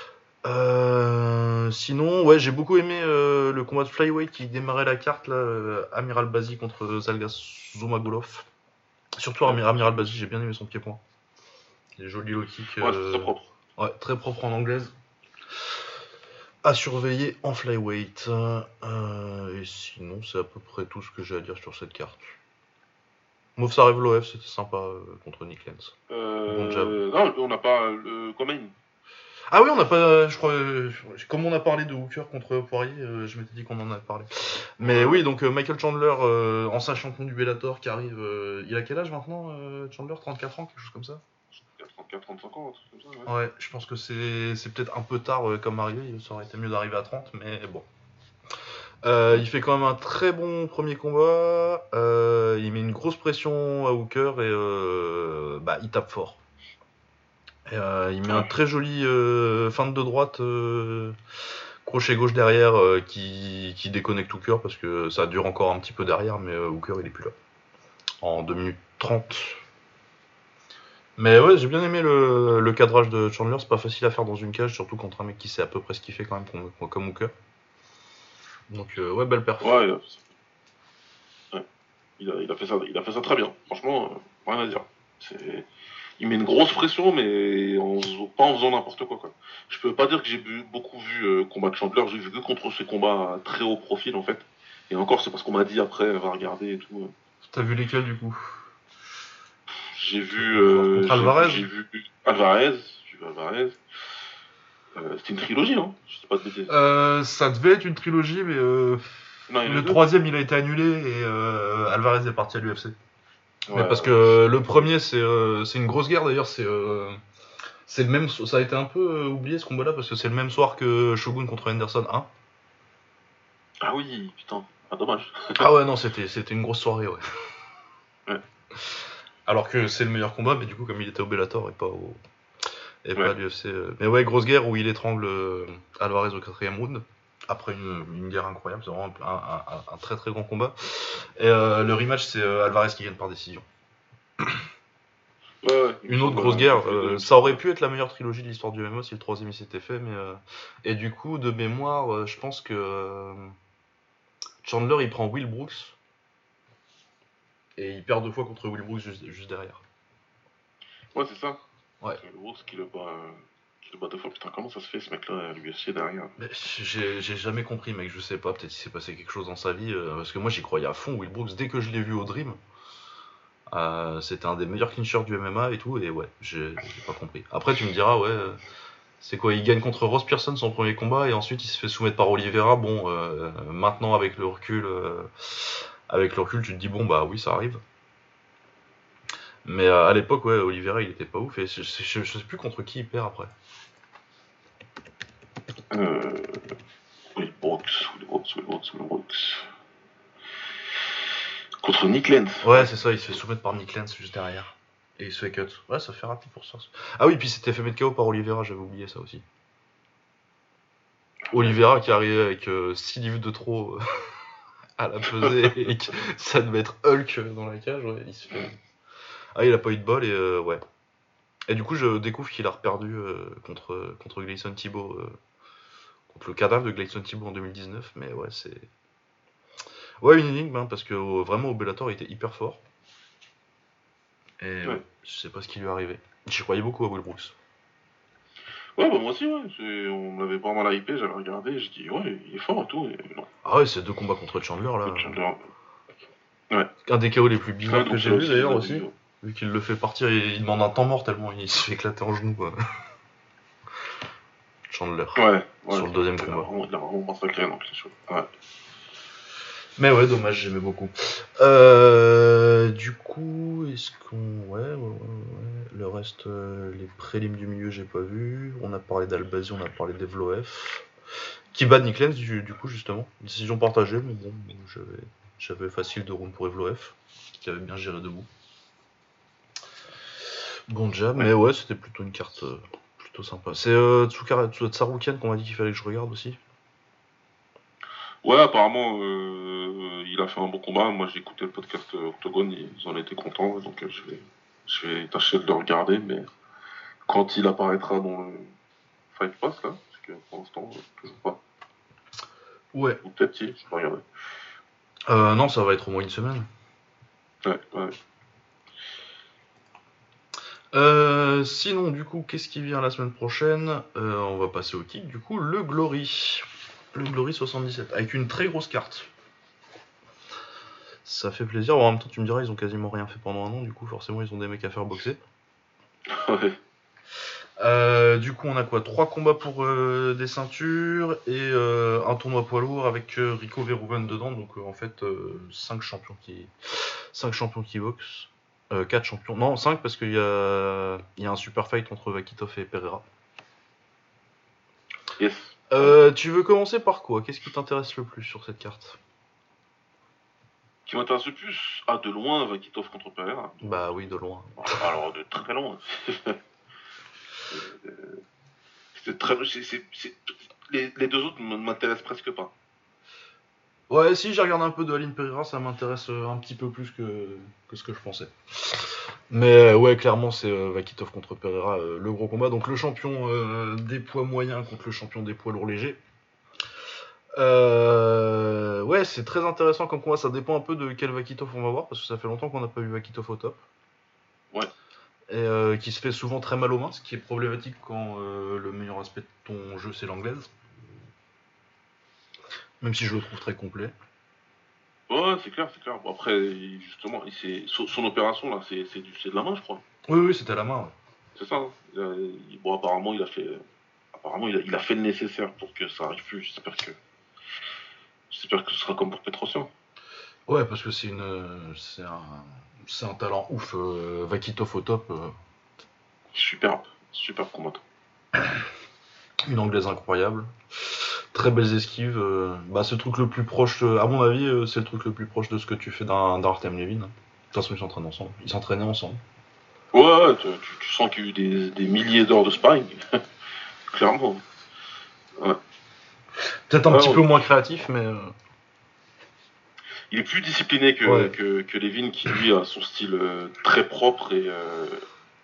Sinon, ouais, j'ai beaucoup aimé le combat de flyweight qui démarrait la carte, là, Amiral Bazi contre Zalgas Zomagulov. Surtout Ouais, Amiral Bazi, j'ai bien aimé son pied-point. Les jolis low kicks, ouais, c'est très propre. ouais, très propre en anglaise. À surveiller en flyweight. Et sinon, c'est à peu près tout ce que j'ai à dire sur cette carte. Movsarevlov, l'OF, c'était sympa contre Nick Lenz. Bon jab. Non, on n'a pas le Comain. Ah oui, on n'a pas. Je crois. Comme on a parlé de Hooker contre Poirier, je m'étais dit qu'on en avait parlé. Mais Ouais, oui, donc Michael Chandler, ancien champion du Bellator, qui arrive. Il a quel âge maintenant, Chandler? 34 ans, quelque chose comme ça? 34-35 ans, un truc comme ça, ouais. Ouais, je pense que c'est peut-être un peu tard comme arrivé. Ça aurait été mieux d'arriver à 30, mais bon. Ouais. Il fait quand même un très bon premier combat. Il met une grosse pression à Hooker et bah, il tape fort. Et, il met un Ouais. très joli feinte de droite, crochet gauche derrière qui déconnecte Hooker parce que ça dure encore un petit peu derrière, mais Hooker il est plus là. En 2 minutes 30. Mais ouais, j'ai bien aimé le cadrage de Chandler. C'est pas facile à faire dans une cage, surtout contre un mec qui sait à peu près ce qu'il fait quand même comme Hooker. Donc ouais, belle perf. Ouais, ouais. Il a fait ça très bien. Franchement, rien à dire. C'est... Il met une grosse pression, mais pas en faisant n'importe quoi. Je peux pas dire que j'ai beaucoup vu combat de Chandler. J'ai vu que contre ces combats à très haut profil, en fait. Et encore, c'est parce qu'on m'a dit après, va regarder et tout. T'as vu lesquels du coup? J'ai Tu vu, veux voir contre j'ai vu, Alvarez? j'ai vu Alvarez. J'ai vu Alvarez. C'était une trilogie, hein. Je dis pas de bêtises. Ça devait être une trilogie, mais Non, il y en a le eu deux. troisième il a été annulé et Alvarez est parti à l'UFC. Mais Ouais, parce ouais, c'est que pour le ça. premier c'est une grosse guerre d'ailleurs, c'est le même, ça a été un peu oublié ce combat-là parce que c'est le même soir que Shogun contre Henderson 1. Ah oui, putain. Ah, dommage. Ah ouais non c'était une grosse soirée ouais. Ouais. Alors que c'est le meilleur combat, mais du coup comme il était au Bellator et pas à Ouais. l'UFC. Mais ouais, grosse guerre où il étrangle Alvarez au 4ème round. Après une guerre incroyable, c'est vraiment un très très grand combat. Et le rematch, c'est Alvarez qui gagne par décision. Ouais, Une autre grosse guerre. Ça aurait pu être la meilleure trilogie de l'histoire du MMA si le troisième il s'était fait, mais et du coup de mémoire, je pense que Chandler il prend Will Brooks et il perd 2 fois contre Will Brooks juste derrière. Ouais, c'est ça. Ouais. Le Brooks qui le bat 2 fois. Putain, comment ça se fait ce mec-là à l'UFC derrière? Mais j'ai jamais compris, mec. Je sais pas. Peut-être qu'il s'est passé quelque chose dans sa vie, parce que moi j'y croyais à fond. Will Brooks, dès que je l'ai vu au Dream, c'était un des meilleurs clinchers du MMA et tout. Et ouais, j'ai pas compris. Après tu me diras, ouais. C'est quoi, il gagne contre Ross Pearson son premier combat et ensuite il se fait soumettre par Oliveira. Bon, maintenant avec le recul, tu te dis bon bah oui ça arrive. Mais à l'époque ouais, Oliveira il était pas ouf et je sais plus contre qui il perd après. Will Brooks. Contre Nick Lenz. Ouais c'est ça, il se fait soumettre par Nick Lenz juste derrière. Et il se fait cut. Ouais ça fait rapide pour ça. Ah oui puis c'était fait mettre KO par Oliveira, j'avais oublié ça aussi. Oliveira qui arrivait avec 6 livres de trop à la pesée et que ça devait être Hulk dans la cage, ouais, il se fait... Ah il a pas eu de bol et ouais. Et du coup je découvre qu'il a reperdu contre Gleison Tibau, contre le cadavre de Gleison Tibau en 2019, mais ouais c'est... Ouais une énigme hein, parce que vraiment au Bellator il était hyper fort. Et ouais, je sais pas ce qui lui est arrivé. J'y croyais beaucoup à Will Brooks. Ouais, bah moi aussi, ouais. On m'avait pas mal hypé, j'avais regardé, j'ai dit, ouais, il est fort et tout. Et non. Ah ouais, c'est 2 combats contre Chandler là. Chandler. Ouais. Un des KO les plus bizarres Ouais, que j'ai vu d'ailleurs aussi. Vu qu'il le fait partir, il demande un temps mort tellement il se fait éclater en genou. Chandler. Ouais. Sur le deuxième combat. Il a vraiment massacré dans les choses. Ouais. Mais ouais, dommage, j'aimais beaucoup. Du coup, est-ce qu'on... Ouais. Le reste, les prélims du milieu, j'ai pas vu. On a parlé d'Albazi, on a parlé d'Evloev. Qui bat Nick Lenz, du coup, justement. Décision partagée, mais bon, j'avais facile de round pour Evloev, qui avait bien géré debout. Bon jab, mais ouais, c'était plutôt une carte plutôt sympa. C'est Tsaroukian qu'on m'a dit qu'il fallait que je regarde aussi. Ouais, apparemment, il a fait un bon combat. Moi, j'ai écouté le podcast Octogone, ils en étaient contents, donc je vais tâcher de le regarder, mais quand il apparaîtra dans le Fight Pass, là, parce que pour l'instant, toujours pas. Ouais. Ou peut-être si, je vais regarder. Non, ça va être au moins une semaine. Ouais. Sinon, du coup, qu'est-ce qui vient la semaine prochaine? On va passer au kick, du coup, le Glory. Le Glory 77, avec une très grosse carte. Ça fait plaisir. En même temps, tu me diras, ils ont quasiment rien fait pendant un an, du coup, forcément, ils ont des mecs à faire boxer. Ouais. Du coup, on a quoi? 3 combats pour des ceintures et un tournoi poids lourd avec Rico Verhoeven dedans. Donc, en fait, 5 champions qui boxent. 4 champions. Non, 5 parce qu'il y a un super fight entre Vakitov et Pereira. Yes. Tu veux commencer par quoi? Qu'est-ce qui t'intéresse le plus sur cette carte? Qui m'intéresse le plus? Ah, de loin, Vakitov contre Pereira. Bah oui, de loin. Alors, de très loin. C'est très... Les deux autres ne m'intéressent presque pas. Ouais, si j'ai regardé un peu de Aline Pereira, ça m'intéresse un petit peu plus que ce que je pensais. Mais ouais, clairement, c'est Vakitov contre Pereira, le gros combat. Donc le champion des poids moyens contre le champion des poids lourds légers. Ouais, c'est très intéressant comme combat. Ça dépend un peu de quel Vakitov on va voir, parce que ça fait longtemps qu'on n'a pas vu Vakitov au top. Ouais. Et qui se fait souvent très mal aux mains, ce qui est problématique quand le meilleur aspect de ton jeu c'est l'anglaise. Même si je le trouve très complet. Ouais, c'est clair. Bon, après, justement, son opération, là, c'est de la main, je crois. Oui, c'était à la main. Ouais. C'est ça. Hein. Bon, apparemment, il a fait le nécessaire pour que ça arrive plus. J'espère que ce sera comme pour Petrosian. Ouais, parce que c'est un talent ouf. Vakitov au top. Superbe combattant. Une anglaise incroyable. Très belles esquives. C'est le truc le plus proche, à mon avis, c'est le truc le plus proche de ce que tu fais d'un Artem Levin. De toute façon, ils s'entraînaient ensemble. Ouais, tu sens qu'il y a eu des milliers d'heures de sparring. Clairement. Ouais. Peut-être un petit peu moins créatif, mais... Il est plus discipliné que Levin, qui lui a son style très propre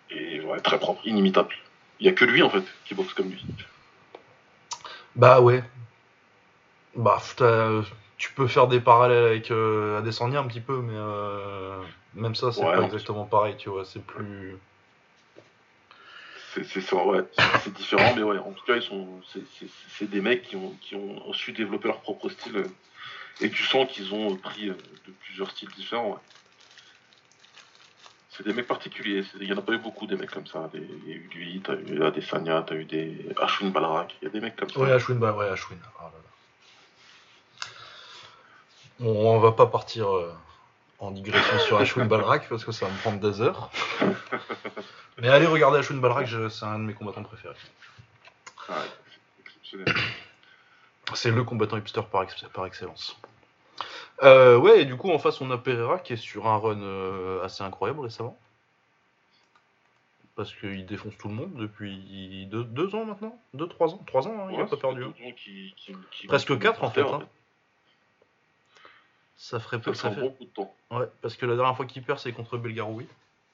Et ouais, très propre, inimitable. Il y a que lui en fait qui boxe comme lui. Bah ouais. Bah, tu peux faire des parallèles avec Adesanya un petit peu, mais même ça, c'est Ouais, pas non, exactement pareil, tu vois. C'est plus. c'est ça, ouais, c'est différent, mais ouais, en tout cas, c'est des mecs qui ont su développer leur propre style, et tu sens qu'ils ont pris de plusieurs styles différents. Ouais. C'est des mecs particuliers, il y en a pas eu beaucoup des mecs comme ça. Il y a eu lui, t'as eu Adesanya, t'as eu des Ashwin Balrak, il y a des mecs comme Ouais, ça. Ashwin, bah ouais, Ashwin. Oh là là. On va pas partir en digression sur Ashwin Balrak parce que ça va me prendre des heures. Mais allez regarder Ashwin Balrak, c'est un de mes combattants préférés. Ouais, c'est exceptionnel. C'est le combattant hipster par excellence. Ouais, et du coup, en face, on a Pereira qui est sur un run assez incroyable récemment. Parce qu'il défonce tout le monde depuis 2 ans maintenant 2-3 ans 3 ans, hein, il a Ouais, pas ça fait perdu. 2 ans qui met tout Presque le monde 4 en par fait. terre, Hein. Ça ferait ça pas. fait Ça un fait. bon bout de temps. Ouais, parce que la dernière fois qu'il perd, c'est contre Belgaroui.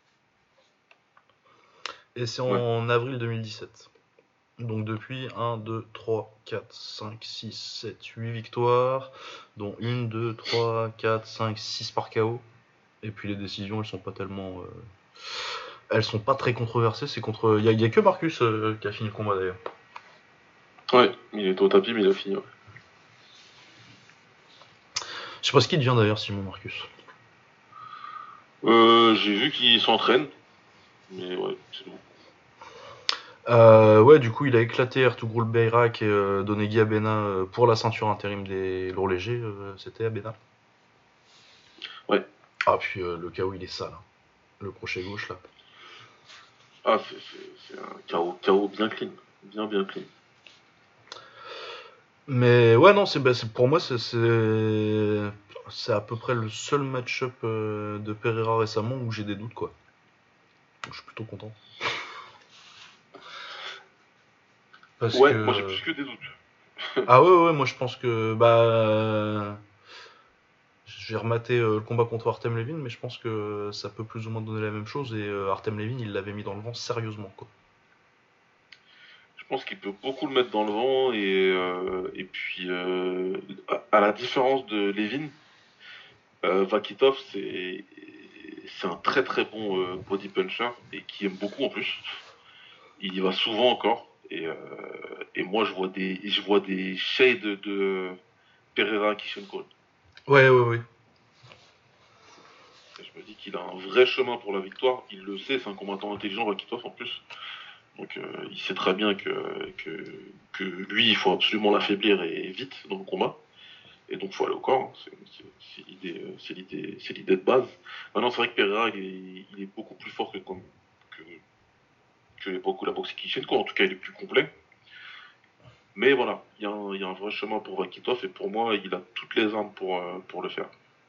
Et c'est Ouais. en avril 2017. Donc depuis 1, 2, 3, 4, 5, 6, 7, 8 victoires, dont 1, 2, 3, 4, 5, 6 par KO. Et puis les décisions, elles sont pas tellement. Elles sont pas très controversées. C'est contre. Il y a que Marcus qui a fini le combat d'ailleurs. Ouais, il était au tapis, mais il a fini. Ouais. Je sais pas ce qu'il devient d'ailleurs, Simon Marcus. J'ai vu qu'il s'entraîne, mais ouais, c'est tout. Ouais, du coup, il a éclaté Ertugrul Beyrak et donné Guy Abena pour la ceinture intérim des lourds légers. C'était Abena. Ouais. Ah, puis le KO, il est sale. Hein. Le crochet gauche là. Ah, c'est un KO bien clean. Bien clean. Mais ouais, non, pour moi, c'est à peu près le seul match-up de Pereira récemment où j'ai des doutes, quoi. Donc, je suis plutôt content. Parce Ouais, moi j'ai que. plus que des doutes. Ah ouais, moi je pense que. J'ai rematé le combat contre Artem Levin, mais je pense que ça peut plus ou moins donner la même chose. Et Artem Levin, il l'avait mis dans le vent sérieusement, quoi. Je pense qu'il peut beaucoup le mettre dans le vent et puis à la différence de Levin, Vakitov c'est un très très bon body puncher et qui aime beaucoup en plus. Il y va souvent encore et moi je vois des shades de Pereira Kishenko. Ouais. Et je me dis qu'il a un vrai chemin pour la victoire. Il le sait, c'est un combattant intelligent Vakitov en plus. Donc il sait très bien que lui, il faut absolument l'affaiblir et vite dans le combat. Et donc il faut aller au corps. Hein. C'est l'idée de base. Maintenant, c'est vrai que Pereira, il est beaucoup plus fort que, que l'époque où la boxe Kishenko. En tout cas, il est plus complet. Mais voilà, il y a un vrai chemin pour Vakitov et pour moi, il a toutes les armes pour le faire.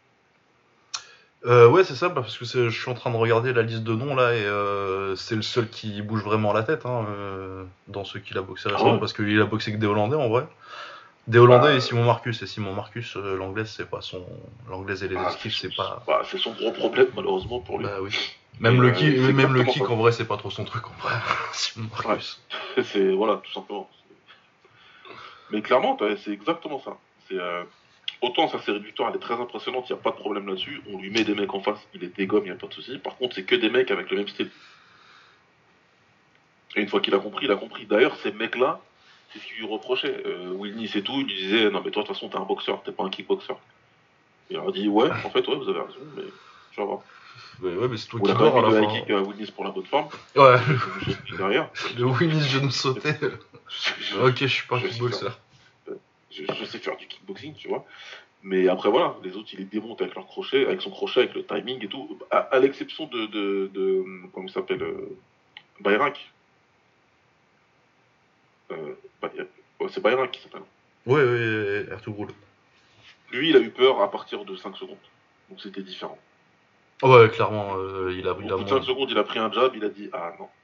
Ouais, c'est ça, parce que je suis en train de regarder la liste de noms là, et c'est le seul qui bouge vraiment la tête hein, dans ceux qu'il a boxé Ah récemment, ouais. parce qu'il a boxé que des Hollandais en vrai. Des Hollandais et Bah, Simon Marcus. Et Simon Marcus, l'anglaise, c'est pas son. L'anglaise et les esquives, c'est pas. c'est son gros problème malheureusement pour lui. Bah oui. Et c'est Même le exactement ça. kick, en vrai, c'est pas trop son truc en vrai. Simon Ouais, Marcus. c'est voilà, tout simplement. Mais clairement, c'est exactement ça. C'est autant sa série de victoires, elle est très impressionnante, il n'y a pas de problème là-dessus. On lui met des mecs en face, il est dégomme, il n'y a pas de souci. Par contre, c'est que des mecs avec le même style. Et une fois qu'il a compris, il a compris. D'ailleurs, ces mecs-là, c'est ce qu'ils lui reprochaient. Wilnis et tout, il lui disait non mais toi de toute façon t'es un boxeur, t'es pas un kickboxer. Il leur a dit ouais, en fait ouais, vous avez raison, mais tu vas voir. Ouais, mais c'est toi Ou il qui a quand même dors à mis la le fin. high kick à Wilnis pour la bonne forme. Ouais. Je me saute derrière. Le Winnie, je me sautais. Ok, je suis pas un Je sais faire. kickboxer. Je sais faire du kickboxing, tu vois. Mais après, voilà, les autres, ils les démontent avec leur crochet, avec son crochet, avec le timing et tout. À l'exception comment il s'appelle Bayrak. Euh, ouais, c'est Bayrak qui s'appelle. Ouais, Ertugrul. Lui, il a eu peur à partir de 5 secondes. Donc c'était différent. Ouais, clairement, Au bout de 5 secondes, il a pris un jab, il a dit ah non.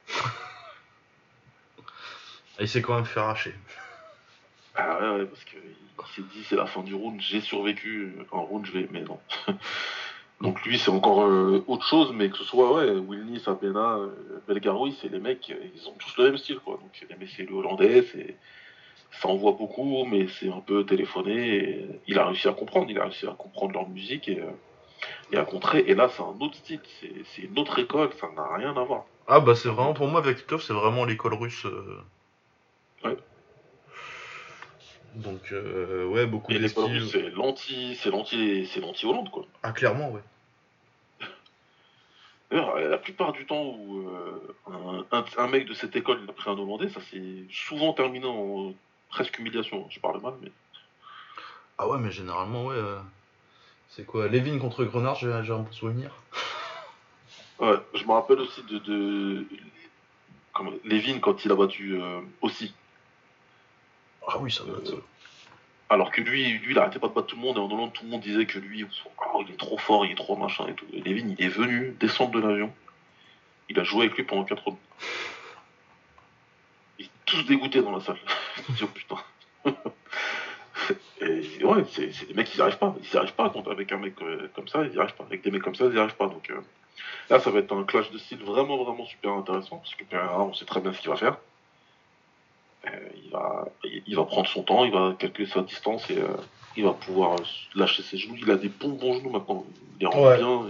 il s'est quand même fait arracher. Ah ouais, parce qu'il s'est dit c'est la fin du round, j'ai survécu, un round je vais. Mais non. Donc lui, c'est encore autre chose, mais que ce soit Wilnis, Abena, Belgaroui, c'est les mecs, ils ont tous le même style, quoi. Donc c'est le hollandais, ça envoie beaucoup, mais c'est un peu téléphoné. Et il a réussi à comprendre, il a réussi à comprendre leur musique et à contrer. Et là, c'est un autre style, c'est une autre école, ça n'a rien à voir. Ah bah c'est C'est un vraiment, autre. pour moi, Vakitov, c'est vraiment l'école russe. Ouais. Donc, ouais, beaucoup Et l'école d'esquives. russe, c'est l'anti Hollande, quoi. Ah, clairement, ouais. D'ailleurs, la plupart du temps où un mec de cette école il a pris un Hollandais, ça s'est souvent terminé en presque humiliation. Je parle mal, mais. Ah ouais, mais généralement, ouais. C'est quoi Levin contre Grenard, j'ai un bon souvenir. Ouais, je me rappelle aussi comment, Levin quand il a battu aussi. Ah oui, ça date. Euh, alors que lui, il arrêtait pas de battre tout le monde et en Hollande, tout le monde disait que lui, oh, il est trop fort, il est trop machin et tout. Et Levin, il est venu descendre de l'avion, il a joué avec lui pendant 4 rounds. Ils étaient tous dégoûtés dans la salle. Ils se disent, oh putain. Et ouais, c'est des mecs, ils y arrivent pas contre, avec un mec comme ça, ils y arrivent pas. Avec des mecs comme ça, ils y arrivent pas. Donc là, ça va être un clash de style vraiment, vraiment super intéressant, parce que Pereira, on sait très bien ce qu'il va faire. Il va prendre son temps, il va calculer sa distance et il va pouvoir lâcher ses genoux. Il a des bons genoux maintenant, il les rend Ouais. bien,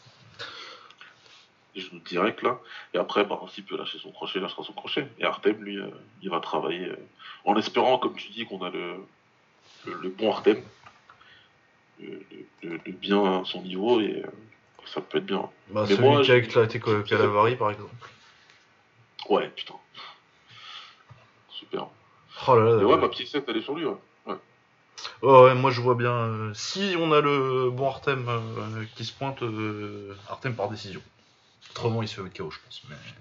les genoux directs là. Et après, bah, s'il peut lâcher son crochet, il lâchera son crochet. Et Artem, lui, il va travailler en espérant, comme tu dis, qu'on a le bon Artem, de bien à son niveau et ça peut être bien. Bah, Mais celui moi, qui a j'ai éclaté une petite. Calavari, par exemple. Ouais, putain, super. Oh là là. Mais ouais, ma petite 7, elle est sur lui, ouais. Ouais. Oh, ouais, moi je vois bien. Si on a le bon Artem qui se pointe, Artem par décision. Autrement, il se fait mettre KO, je pense.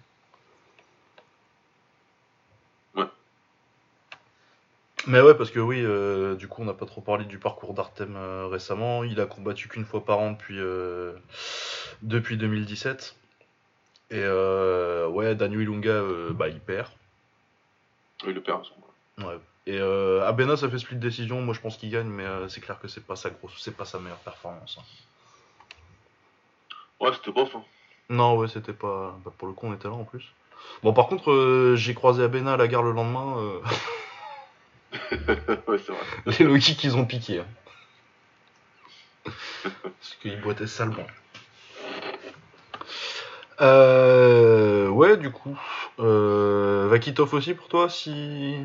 Ouais. Mais ouais, parce que oui, du coup, on n'a pas trop parlé du parcours d'Artem récemment. Il a combattu qu'une fois par an depuis 2017. Et ouais, Daniel Ilunga, bah, il perd. Oui, le père, Ouais. Et Abena, ça fait split décision. Moi, je pense qu'il gagne, mais c'est clair que c'est pas sa meilleure performance, hein. ouais, c'était bof, hein. Non, ouais, c'était pas. Bah, pour le coup, on était là en plus. Bon, par contre, j'ai croisé Abena à la gare le lendemain. Ouais, c'est vrai. Les low kicks, ils ont piqué, hein. Parce qu'il boitait salement. Ouais, du coup. Vakitov aussi pour toi, si.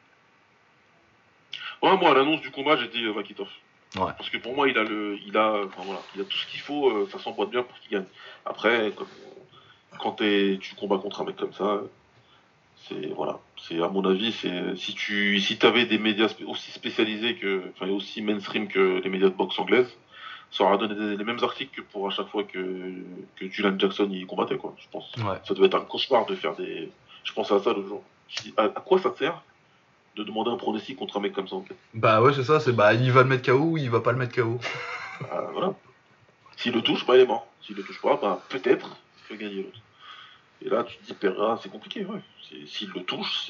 Ouais, moi, à l'annonce du combat, j'ai dit Vakitov. Ouais. Parce que pour moi, enfin, voilà, il a tout ce qu'il faut, ça s'emboîte bien pour qu'il gagne. Après, quand tu combats contre un mec comme ça, c'est voilà, c'est à mon avis, c'est si t'avais des médias aussi spécialisés enfin aussi mainstream que les médias de boxe anglaise, ça aurait donné les mêmes articles que pour à chaque fois que Julian Jackson y combattait quoi. Je pense, Ouais. ça devait être un cauchemar de faire des. Je pensais à ça l'autre jour. À quoi ça sert de demander un pronostic contre un mec comme ça en fait. Bah ouais, c'est ça, c'est bah il va le mettre KO ou il va pas le mettre KO. Bah, voilà. S'il le touche, bah il est mort. S'il le touche pas, bah peut-être il peut gagner l'autre. Et là, tu te dis Pereira, c'est compliqué, ouais. S'il le touche,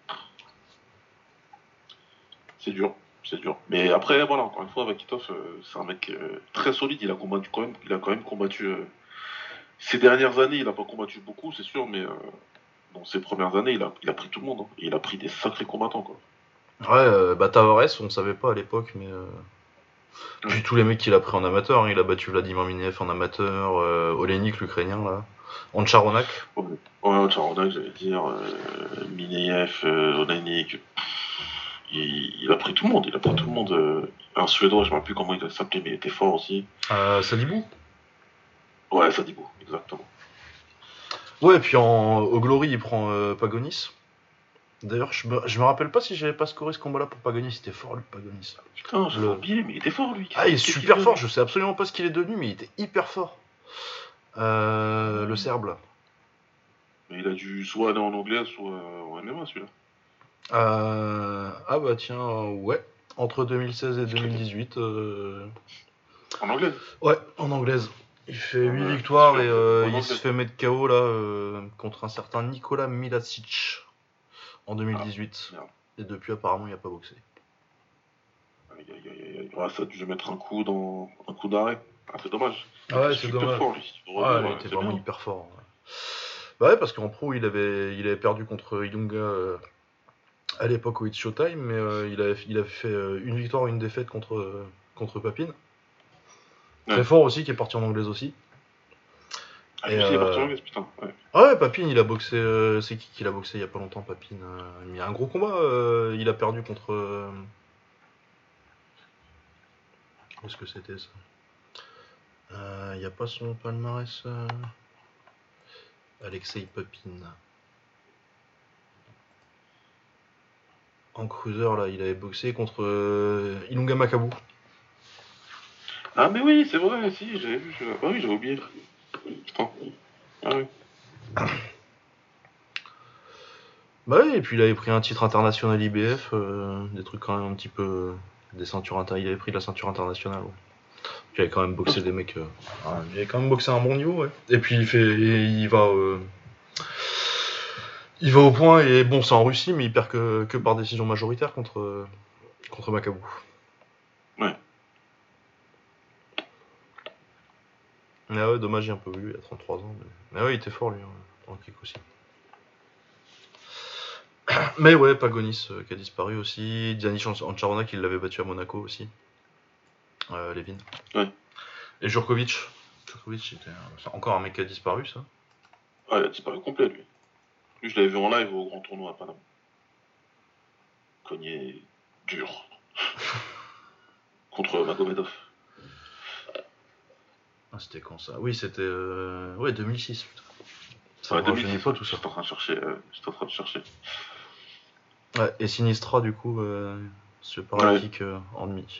c'est dur. C'est dur. Mais après, voilà, encore une fois, Vakitov, c'est un mec très solide. Il a quand même combattu. Ces dernières années, il a pas combattu beaucoup, c'est sûr, mais dans ses premières années, il a pris tout le monde, hein. Et il a pris des sacrés combattants, quoi. Ouais, bah Tavares, on savait pas à l'époque, mais. Ouais, Puis tous les mecs qu'il a pris en amateur, hein. Il a battu Vladimir Minev en amateur, Olenik, l'Ukrainien, là. Ancharonak. ouais, Charonak, j'allais dire, Mineyev, Oleinik, il a pris tout le monde, il a pris tout le monde. Un Suédois, je ne me rappelle plus comment il s'appelait, mais il était fort aussi. Sadibou. Ouais, ça dit beau, exactement. Ouais, et puis au Glory, il prend Pagonis. D'ailleurs, je me rappelle pas si j'avais pas scoré ce combat-là pour Pagonis. C'était fort, lui, Pagonis. Putain, j'avais oublié, mais il était fort, lui. Ah, il est Qu'est-ce qu'il est super fort. devenu? Je sais absolument pas ce qu'il est devenu, mais il était hyper fort. Le Serbe, là. Mais il a dû soit aller en anglais, soit en MMA, celui-là. Ah bah tiens, ouais. Entre 2016 et Je connais. 2018. En anglais. Ouais, en anglaise. Il fait 8 Ouais, parce victoires qu'il et en il se anglais. fait mettre KO là contre un certain Nikola Milacic en Ah, 2018. merde. Et depuis, apparemment, il a pas boxé. Aïe, aïe, aïe, aïe. Ouais, ça a dû mettre un coup d'arrêt. Ah, c'est dommage. Ah ouais, Il est c'est super dommage. fort, lui. Il Ouais, revient, il était c'est vraiment bien. hyper fort. Ouais. Bah ouais, parce qu'en pro, il avait perdu contre Ilunga à l'époque au It's Showtime, mais il avait fait une victoire, une défaite contre Papine. Très Ouais. fort aussi, qui est parti en anglaise aussi. Ah, Et lui aussi, il est parti en Grèce, putain. Ouais. ah ouais, Papine, il a boxé. C'est qui l'a boxé il y a pas longtemps, Papine il y a un gros combat. Il a perdu contre. Où est-ce que c'était ça Il n'y a pas son palmarès. Alexei Papine. En cruiser, là, il avait boxé contre Ilunga Makabu. Ah, mais oui, c'est vrai, si, j'avais vu. Ah oui, j'avais oublié. Putain. Ah oui. Bah oui, et puis il avait pris un titre international IBF, des trucs quand même un petit peu. Des ceintures il avait pris de la ceinture internationale. Ouais. Il avait quand même boxé des mecs. Il avait quand même boxé à un bon niveau, ouais. Et puis il va. Il va au point, et bon, c'est en Russie, mais il perd que par décision majoritaire contre Makabu. Ouais. Mais ouais, dommage, il est un peu vieux, il a 33 ans. Mais ouais, il était fort lui, en kick aussi. Mais ouais, Pagonis qui a disparu aussi. Dianish Ancharona qui l'avait battu à Monaco aussi. Levin. Ouais. Et Djokovic. Djokovic, c'est encore un mec qui a disparu, ça. Ah, il a disparu complet, lui. Lui, je l'avais vu en live au grand tournoi à Paname. Cogné dur. Contre Magomedov. Ah, c'était quand ça? Oui, c'était. Ouais, 2006. Putain. Ça Ouais, me rajeunit 2006, pas ouais. tout ça. J'étais en train de chercher. Ouais, et Sinistra, du coup, se Ouais. kick en demi.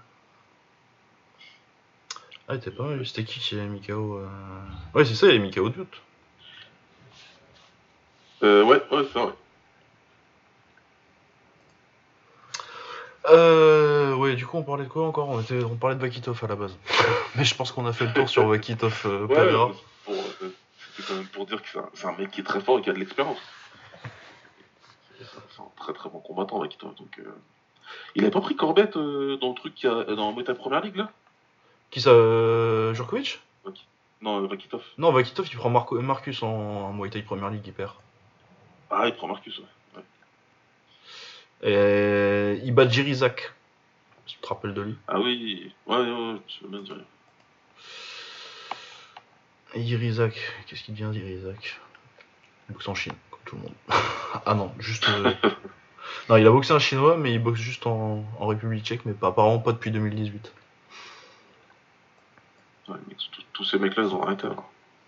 Ah, il était pas mal. C'était qui avait mis KO Ouais, c'est ça, il avait mis KO de but. Ouais, c'est vrai. Ouais, du coup, on parlait de quoi encore on parlait de Vakitov à la base. Mais je pense qu'on a fait le tour sur Vakitov Ouais, Pereira. bah, c'était quand même pour dire que c'est un mec qui est très fort et qui a de l'expérience. C'est un très très bon combattant, Vakitov. Donc, il avait pas pris Corbett dans le truc dans le Muay Première Ligue, là Qui ça Djokovic Non, Vakitov. Non, Vakitov, il prend Marcus en Muay Thai Premier League, il perd. Ah, il prend Marcus, ouais. Et il bat Jirizak. Tu te rappelles de lui Ah oui, ouais, je veux bien dire. Jirizak, qu'est-ce qu'il devient Jirizak? Il boxe en Chine, comme tout le monde. Ah non, juste. Non, il a boxé un chinois, mais il boxe juste en République tchèque, mais apparemment pas depuis 2018. Ouais, tous ces mecs-là, ils ont arrêté alors.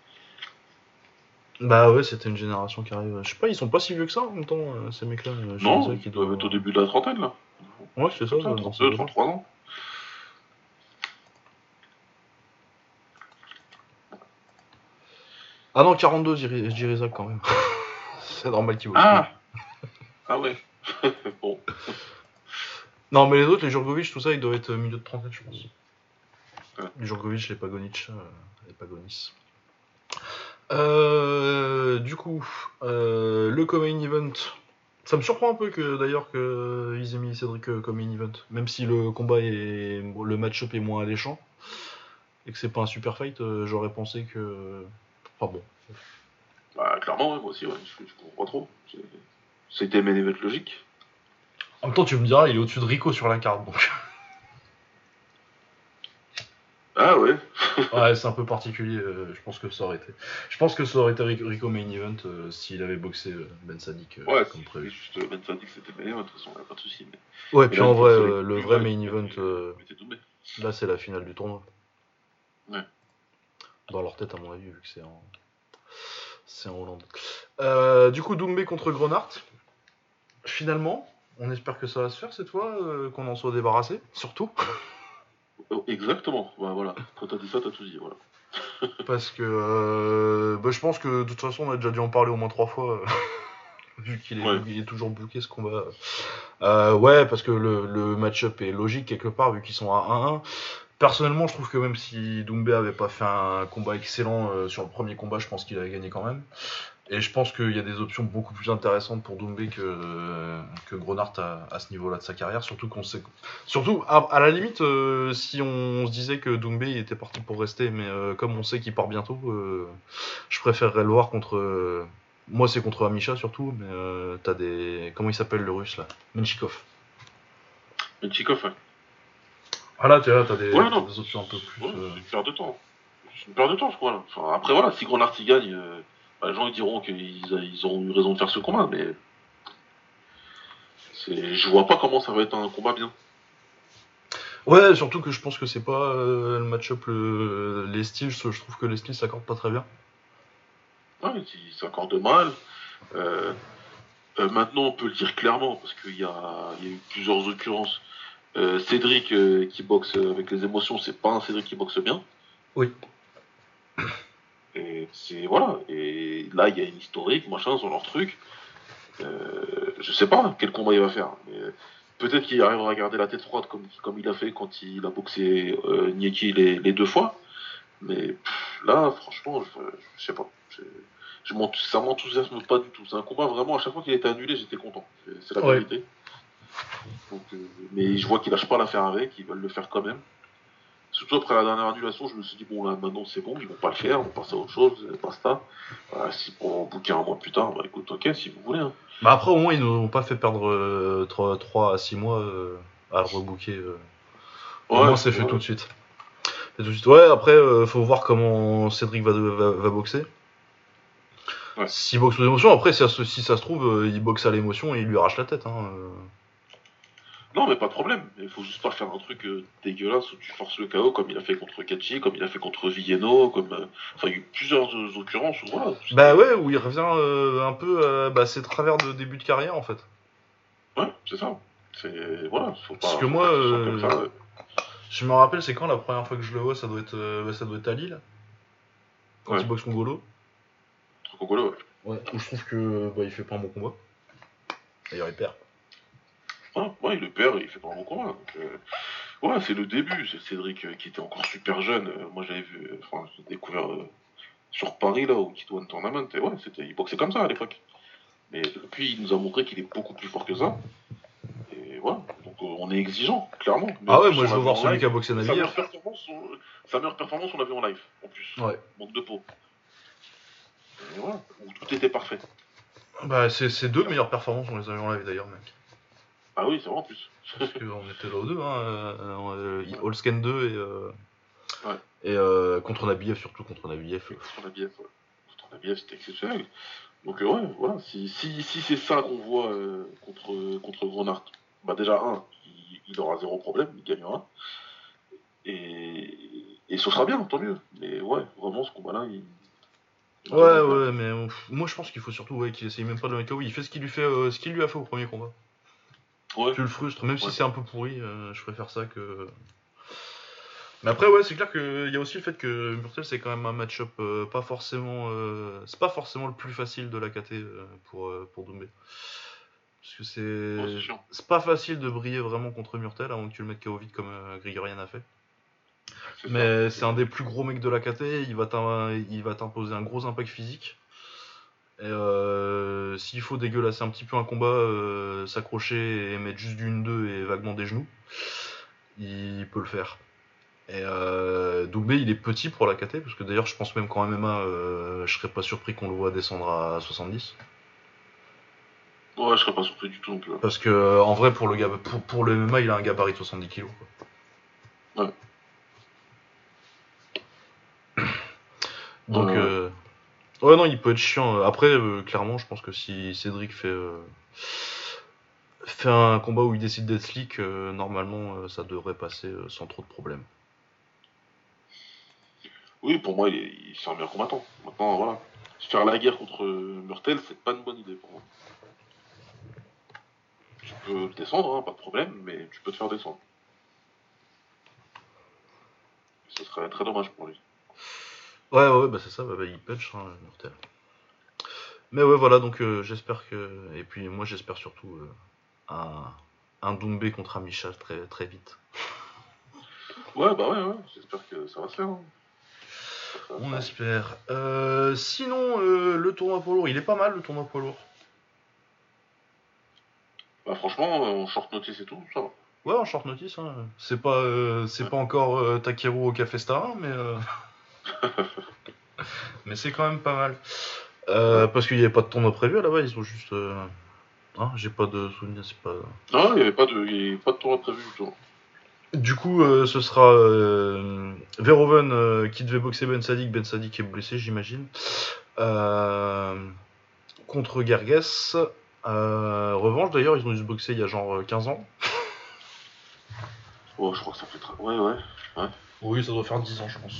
Bah ouais, c'était une génération qui arrive. Je sais pas, ils sont pas si vieux que ça en même temps, ces mecs-là. Non, Jirizak, ils doivent être au début de la trentaine, là. Ouais, c'est ça, Comme ça, dans ces 32, deux-là. 33 ans. Ah non, 42, Jirizak quand même. C'est normal qu'il boxe Ah Ah ouais. Bon. Non, mais les autres, les Djurgovic, tout ça, ils doivent être milieu de trentaine, je pense. Ouais. Les Djurgovic, les Pagonic, les Pagonis. Du coup, le co-main event. Ça me surprend un peu que d'ailleurs qu'ils aient mis Cédric comme main event, même si le combat est le match-up est moins alléchant et que c'est pas un super fight, j'aurais pensé que. Enfin bon. Bah, clairement, ouais, moi aussi, ouais, je comprends pas trop. C'était main event logique. En même temps, tu me diras, il est au-dessus de Rico sur la carte, donc. Ah ouais. Ouais, c'est un peu particulier. Je pense que ça aurait été. Je pense que ça aurait été Rico main event s'il avait boxé Ben Sadik Ouais, comme c'est prévu. juste Ben Sadik, c'était main event, de toute façon, y a pas de soucis. Mais... Ouais, Et puis là, en une fois vrai, que ça allait le plus, vrai bah, main event, mettez Doumbé. là, c'est la finale du tournoi. Ouais. Dans leur tête, à mon avis, vu que c'est en Hollande. Du coup, Doumbé contre Grenard. Finalement, on espère que ça va se faire cette fois, qu'on en soit débarrassé, surtout. Oh, exactement. Bah voilà. Quand t'as dit ça, t'as tout dit, voilà. Parce que je pense que de toute façon, on a déjà dû en parler au moins 3 fois, vu qu'il est, Ouais. il est toujours booké ce combat. Ouais, parce que le match-up est logique quelque part, vu qu'ils sont à 1-1. Personnellement, je trouve que même si Doumbé avait pas fait un combat excellent sur le premier combat, je pense qu'il avait gagné quand même. Et je pense qu'il y a des options beaucoup plus intéressantes pour Doumbé que Gronart à ce niveau-là de sa carrière. Surtout qu'on sait. Surtout, à la limite, si on se disait que Doumbé était parti pour rester, mais comme on sait qu'il part bientôt, je préférerais le voir contre. Moi, c'est contre Amisha surtout, mais t'as des. Comment il s'appelle le russe là Menchikov. Mais Tchikov, ouais. Ah là, t'as Ouais, non, des options un peu plus. ouais, c'est une perte de temps. C'est une perte de temps, je crois. Là. Enfin, après, voilà, si Grenard y gagne, bah, les gens ils diront qu'ils auront eu raison de faire ce combat, mais je vois pas comment ça va être un combat bien. Ouais, surtout que je pense que c'est pas le match-up, les styles, je trouve que les styles s'accordent pas très bien. Ouais, c'est encore de mal. Euh, maintenant, on peut le dire clairement, parce qu'il y a eu plusieurs occurrences. Cédric qui boxe avec les émotions, c'est pas un Cédric qui boxe bien. Oui. Et c'est voilà. Et là, il y a une historique, machin, sur leur truc. Je sais pas quel combat il va faire. Mais peut-être qu'il arrivera à garder la tête froide comme il a fait quand il a boxé Nieki les deux fois. Mais là, franchement, je sais pas. Ça m'enthousiasme pas du tout. C'est un combat vraiment, à chaque fois qu'il a été annulé, j'étais content. C'est la Ouais. vérité. Donc, mais je vois qu'il lâche pas l'affaire avec, ils veulent le faire quand même. Surtout après la dernière annulation, je me suis dit, bon là maintenant c'est bon, ils vont pas le faire, on passe à autre chose, basta. Voilà, si pour en booker un mois plus tard, bah écoute, ok, si vous voulez. Hein. Bah après, au moins, ils nous ont pas fait perdre 3 à 6 mois à le rebooker. Au moins, Ouais, c'est fait tout ouais, de suite. Fait tout de suite. Ouais, après, faut voir comment Cédric va boxer. ouais. S'il boxe aux émotions, après, si ça se trouve, il boxe à l'émotion et il lui arrache la tête. Hein. Non, mais pas de problème. Il faut juste pas faire un truc dégueulasse où tu forces le KO comme il a fait contre Kachi, comme il a fait contre Villeno, comme. Enfin, il y a eu plusieurs occurrences où voilà, Bah c'était. ouais, où il revient un peu à ses travers de début de carrière, en fait. Ouais, c'est ça. Voilà, Parce que faut moi, pas qu'il soit comme ça. je me rappelle, c'est quand la première fois que je le vois, ça doit être à Lille, quand Ouais, il boxe Congolo. truc Congolo, ouais. Ouais. Où je trouve que il fait pas un bon combat. D'ailleurs, il perd. Ouais, le père, il fait pas un bon combat. Donc, ouais, c'est le début. C'est Cédric qui était encore super jeune. Moi, j'avais vu, enfin, j'ai découvert sur Paris, là, au Kid One Tournament. Et ouais, il boxait comme ça à l'époque. Mais depuis, il nous a montré qu'il est beaucoup plus fort que ça. Et voilà. Donc, on est exigeant, clairement. Mais en Ah ouais, plus, moi on je l'a veux vu voir en celui live. qui a boxé Nabiev. Sa meilleure performance, on l'a vu en live, en plus. Ouais. Manque de peau. Et voilà. Où tout était parfait. Bah, c'est deux meilleures performances, on les a eu en live d'ailleurs, mec. Ah oui, c'est vrai en plus. Parce qu'on était là aux deux, hein. Ouais. All Scan 2 Ouais. et contre Nabiev, surtout contre Nabiev. Et contre la BF, ouais. Contre la BF, c'était exceptionnel. Donc ouais, voilà, si c'est ça qu'on voit contre Grenard, bah déjà, il aura zéro problème, il gagnera. Et ce sera bien, tant mieux. Mais ouais, vraiment, ce combat-là, il a raison Ouais, de ouais, perdre. mais moi je pense qu'il faut surtout qu'il essaye même pas de le mettre KO. Il fait ce qu'il lui a fait au premier combat. Ouais, Tu le frustres, même si ouais. c'est un peu pourri, je préfère ça que. Mais après, ouais, c'est clair qu'il y a aussi le fait que Murtel, c'est quand même un match-up pas forcément. C'est pas forcément le plus facile de la KT pour Doumbé. Parce que Ouais, c'est chiant. c'est pas facile de briller vraiment contre Murtel avant que tu le mettes KO vite comme Grigorian a fait. C'est ça. Mais c'est un des plus gros mecs de la KT, il va t'imposer un gros impact physique. Et s'il faut dégueulasser un petit peu un combat, s'accrocher et mettre juste d'une 2 et vaguement des genoux, il peut le faire. Et Doumbé, il est petit pour la KT, parce que d'ailleurs, je pense même qu'en MMA, je serais pas surpris qu'on le voit descendre à 70. Ouais, je serais pas surpris du tout non plus. Ouais. Parce que en vrai, pour le MMA, il a un gabarit de 70 kg. Ouais. Donc, Ouais. ouais, non, il peut être chiant. Après, clairement, je pense que si Cédric fait un combat où il décide d'être slick, normalement, ça devrait passer sans trop de problèmes. Oui, pour moi, c'est un meilleur combattant. Maintenant, voilà. Faire la guerre contre Murtel, c'est pas une bonne idée pour moi. Tu peux le descendre, hein, pas de problème, mais tu peux te faire descendre. Ce serait très dommage pour lui. Ouais, ouais, bah c'est ça, il punch, hein, mortel. Mais ouais, voilà, donc j'espère que. Et puis moi, j'espère surtout un, un Doumbé contre Amisha très, très vite. Ouais, bah ouais, ouais. J'espère que ça va se faire. Hein. On espère. Sinon, le tournoi poids lourd, il est pas mal le tournoi poids lourd. Bah, franchement, en short notice et tout, ça va. Ouais, en short notice, hein. C'est pas encore Takeru au Café Star, mais c'est quand même pas mal. Ouais. Parce qu'il n'y avait pas de tournoi prévu à la base, ils ont juste. Hein, j'ai pas de souvenir, c'est pas. Non, il n'y avait pas de tournoi prévu du tout. Du coup, ce sera Verhoeven qui devait boxer Ben Sadik. Ben Sadik est blessé, j'imagine. Contre Gerges. Revanche, d'ailleurs, ils ont dû se boxer il y a genre 15 ans. Oh, je crois que ça fait très. Ouais, ouais. Oui, ça doit faire 10 ans, je pense.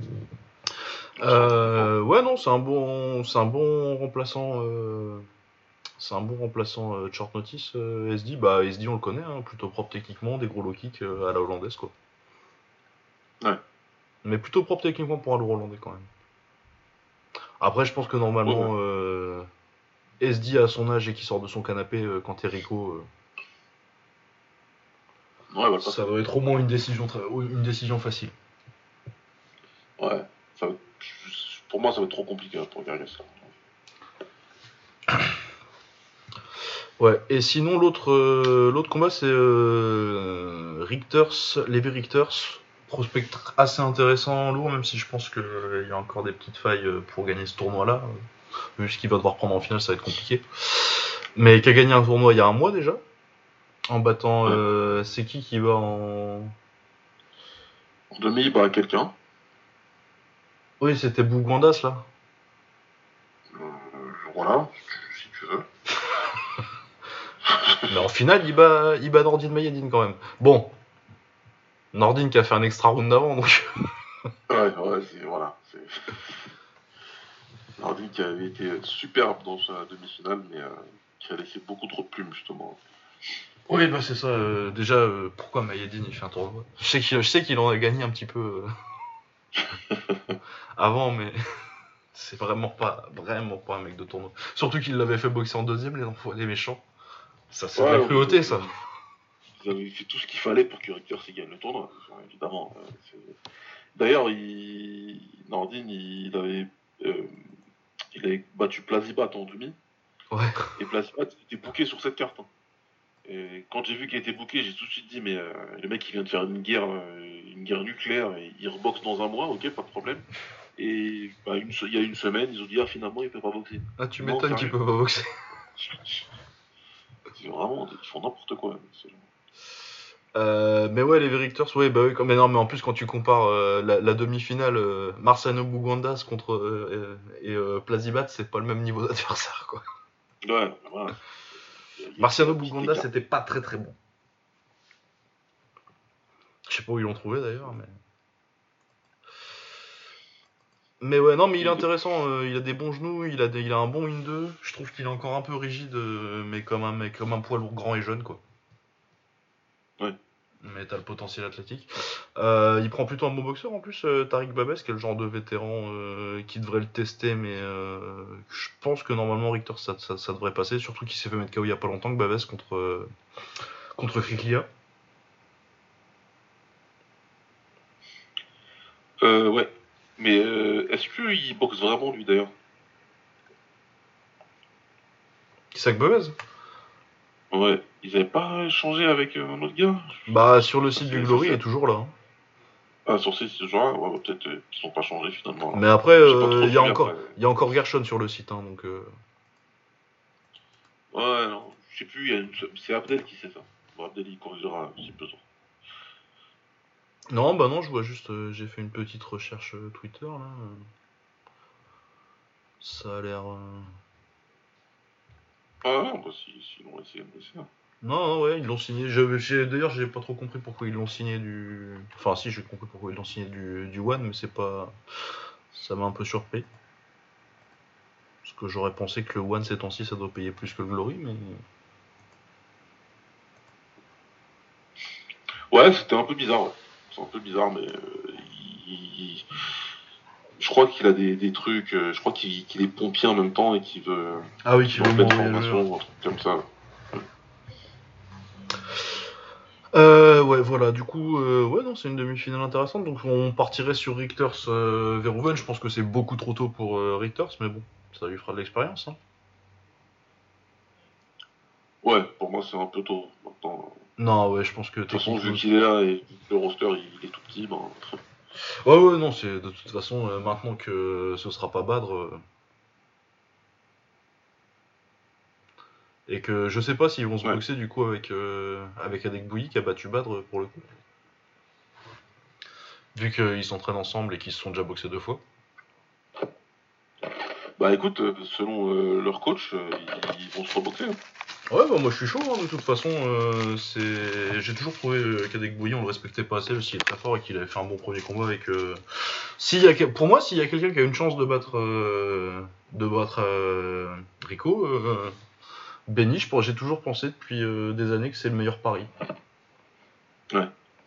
Ça Ouais, non, c'est un bon remplaçant. C'est un bon remplaçant de short notice. SD, bah SD on le connaît, hein, plutôt propre techniquement, des gros low kicks à la hollandaise quoi. Ouais. Mais plutôt propre techniquement pour un lourd hollandais quand même. Après, je pense que Ouais, ouais. normalement, SD à son âge et qui sort de son canapé quand t'es Rico, Ouais, elle va le ça passer. doit être au moins une décision facile. Ouais. Ça va... Pour moi, ça va être trop compliqué pour Gerges. Ouais, et sinon l'autre combat c'est Richters, Levi Richters, prospect assez intéressant en lourd, même si je pense qu'il y a encore des petites failles pour gagner ce tournoi-là. Vu ce qu'il va devoir prendre en finale, ça va être compliqué. Mais qui a gagné un tournoi il y a un mois déjà, en battant. Ouais. C'est qui va en. En demi, il bat quelqu'un. Oui, c'était Bougwandas là. Voilà, si tu veux. Mais en finale, il bat Nordin Mayedine quand même. Bon, Nordin qui a fait un extra round avant donc. Ouais, ouais, voilà. Nardi qui avait été superbe dans sa demi-finale, mais qui a laissé beaucoup trop de plumes, justement. Oui, bah c'est ça. Déjà, pourquoi Mayedine il fait un tournoi Je sais qu'il en a gagné un petit peu avant, mais c'est vraiment pas un mec de tournoi. Surtout qu'il l'avait fait boxer en deuxième, les méchants. Ça, c'est de Ouais, la non, mais cruauté, ça. ils avaient fait tout ce qu'il fallait pour que Richter s'y gagne le tournoi, enfin, évidemment. D'ailleurs, Nordin, euh, il avait battu Plazibat en demi, Ouais. et Plazibat était booké sur cette carte. Hein. Et quand j'ai vu qu'il était booké, j'ai tout de suite dit, mais le mec, il vient de faire une guerre nucléaire, et il reboxe dans un mois, ok, pas de problème. Et bah, il y a une semaine, ils ont dit, ah, finalement, il peut pas boxer. Ah, tu Non, m'étonnes qu'il sérieux. peut pas boxer. C'est vraiment, ils font n'importe quoi. Mais ouais, les Victors, ouais, bah oui, mais non, mais en plus, quand tu compares la demi-finale Marciano Bugwandas contre et Plazibat, c'est pas le même niveau d'adversaire, quoi. Ouais, voilà. Il y a Marciano un petit Bugwandas, écart. c'était pas très très bon. Je sais pas où ils l'ont trouvé d'ailleurs, mais. Mais ouais, non, mais il est intéressant. Il a des bons genoux, il a un bon 1-2. Je trouve qu'il est encore un peu rigide, mais comme un poids lourd grand et jeune, quoi. Ouais. Mais t'as le potentiel athlétique. Il prend plutôt un bon boxeur en plus, Tariq Babes, qui est le genre de vétéran qui devrait le tester, mais je pense que normalement Richter ça devrait passer, surtout qu'il s'est fait mettre KO il y a pas longtemps que Babes contre Kriklia. Ouais. Mais est-ce qu'il boxe vraiment, lui, d'ailleurs? Isaac Babes. Ouais. Ils avaient pas échangé avec un autre gars? Bah sur le site du Ça Glory, il est fait... toujours là. Hein. Ah, sur ces gens-là, ouais, peut-être qu'ils sont pas changés, finalement, Mais alors. après, J'ai pas trop suivi après. il y a encore Gershon sur le site, hein, donc. Ouais, non. Je sais plus, c'est Abdel qui sait ça. Bon, Abdel, il corrigera si besoin. Non, bah non, je vois juste, j'ai fait une petite recherche Twitter là. Ça a l'air. Ah, non, bah si l'ont laissé, on laissé. Hein. Non, non, ouais, ils l'ont signé. D'ailleurs, j'ai pas trop compris pourquoi ils l'ont signé du. Enfin, si, j'ai compris pourquoi ils l'ont signé du One, mais c'est pas. Ça m'a un peu surpris. Parce que j'aurais pensé que le One ces temps-ci, ça doit payer plus que le Glory, mais. Ouais, c'était un peu bizarre, ouais. C'est un peu bizarre, mais je crois qu'il a des trucs. Je crois qu'il est pompier en même temps et Ah oui, qu'il qui est en veut pleine m'envoyer ailleurs. formation ou un truc comme ça. Ouais, voilà, du coup, ouais, non, c'est une demi-finale intéressante. Donc, on partirait sur Richters Verhoeven. Je pense que c'est beaucoup trop tôt pour Richters, mais bon, ça lui fera de l'expérience. Hein. Ouais, pour moi c'est un peu tôt. Maintenant, Non, ouais, je pense que de toute façon, vu techniquement. qu'il est là et le roster il est tout petit, ben, Ouais, ouais, non, c'est de toute façon, maintenant que ce sera pas Badre, et que je sais pas s'ils vont se ouais. boxer du coup avec Adek Bouilly qui a battu Badre pour le coup. Vu qu'ils s'entraînent ensemble et qu'ils se sont déjà boxés 2 fois. Bah écoute, selon leur coach, ils vont se reboxer. Hein. Ouais, bah moi je suis chaud, hein, de toute façon. J'ai toujours trouvé qu'Adek Bouilly, on le respectait pas assez, parce qu'il est très fort et qu'il avait fait un bon premier combat. Et que... Pour moi, s'il y a quelqu'un qui a une chance de battre Rico, Benny, j'ai toujours pensé depuis des années que c'est le meilleur pari. Ouais.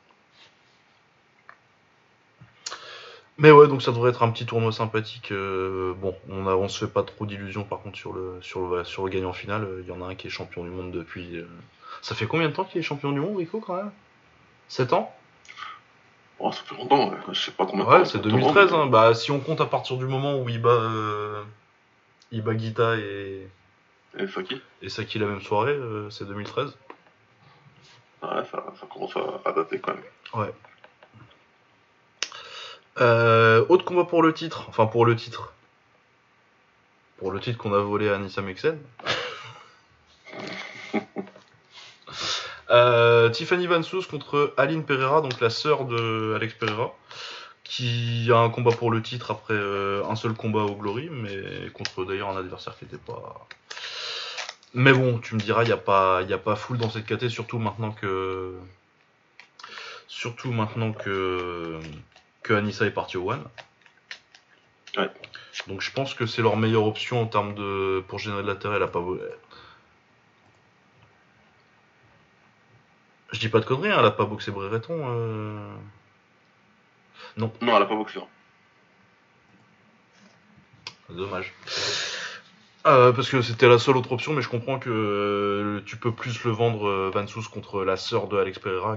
Mais ouais, donc ça devrait être un petit tournoi sympathique. Bon, on se fait pas trop d'illusions par contre sur le gagnant final. Il y en a un qui est champion du monde depuis. Ça fait combien de temps qu'il est champion du monde, Rico, quand même 7 ans. Oh, ça fait longtemps, ouais. Je sais pas combien de temps Ouais, c'est exactement, 2013. mais. Hein. Bah, si on compte à partir du moment où il bat Guita Et Saki. et Saki la même soirée, c'est 2013. Ouais, ça commence à dater quand même. Ouais. Autre combat pour le titre. Enfin, pour le titre. Pour le titre qu'on a volé à Anissa Mexen. Tiffany Van Soos contre Aline Pereira, donc la sœur de Alex Pereira, qui a un combat pour le titre après un seul combat au Glory, mais contre d'ailleurs un adversaire qui était pas. Mais bon, tu me diras, y a pas full dans cette caté, surtout maintenant que Anissa est partie au One. Ouais. Donc je pense que c'est leur meilleure option en termes pour générer de l'intérêt. Elle a pas. Je dis pas de conneries, hein, elle a pas boxé Brereton. Non, Non, elle a pas boxé. Hein. dommage. Parce que c'était la seule autre option, mais je comprends que tu peux plus le vendre Van Soos contre la sœur de Alex Pereira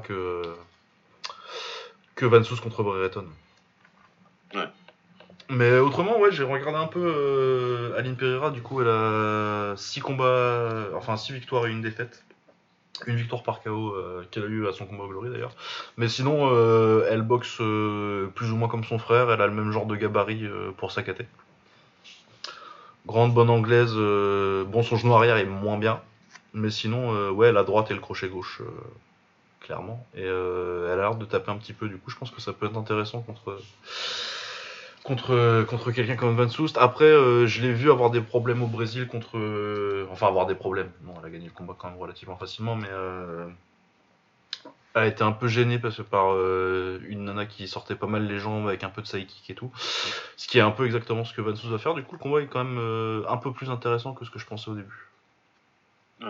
que Van Soos contre Brereton. Ouais. Mais autrement, ouais, j'ai regardé un peu Aline Pereira, du coup, elle a 6 combats, enfin 6 victoires et une défaite. Une victoire par KO qu'elle a eu à son combat au Glory d'ailleurs. Mais sinon, elle boxe plus ou moins comme son frère, elle a le même genre de gabarit pour sa KT. Grande, bonne anglaise, bon, son genou arrière est moins bien. Mais sinon, ouais, la droite et le crochet gauche, clairement. Et elle a l'air de taper un petit peu, du coup, je pense que ça peut être intéressant contre quelqu'un comme Van Soest. Après, je l'ai vu avoir des problèmes au Brésil contre. Enfin, avoir des problèmes. Non, elle a gagné le combat quand même relativement facilement, mais elle a été un peu gênée par une nana qui sortait pas mal les jambes avec un peu de side kick et tout. Ce qui est un peu exactement ce que Van Soest va faire. Du coup, le combat est quand même un peu plus intéressant que ce que je pensais au début. Ouais.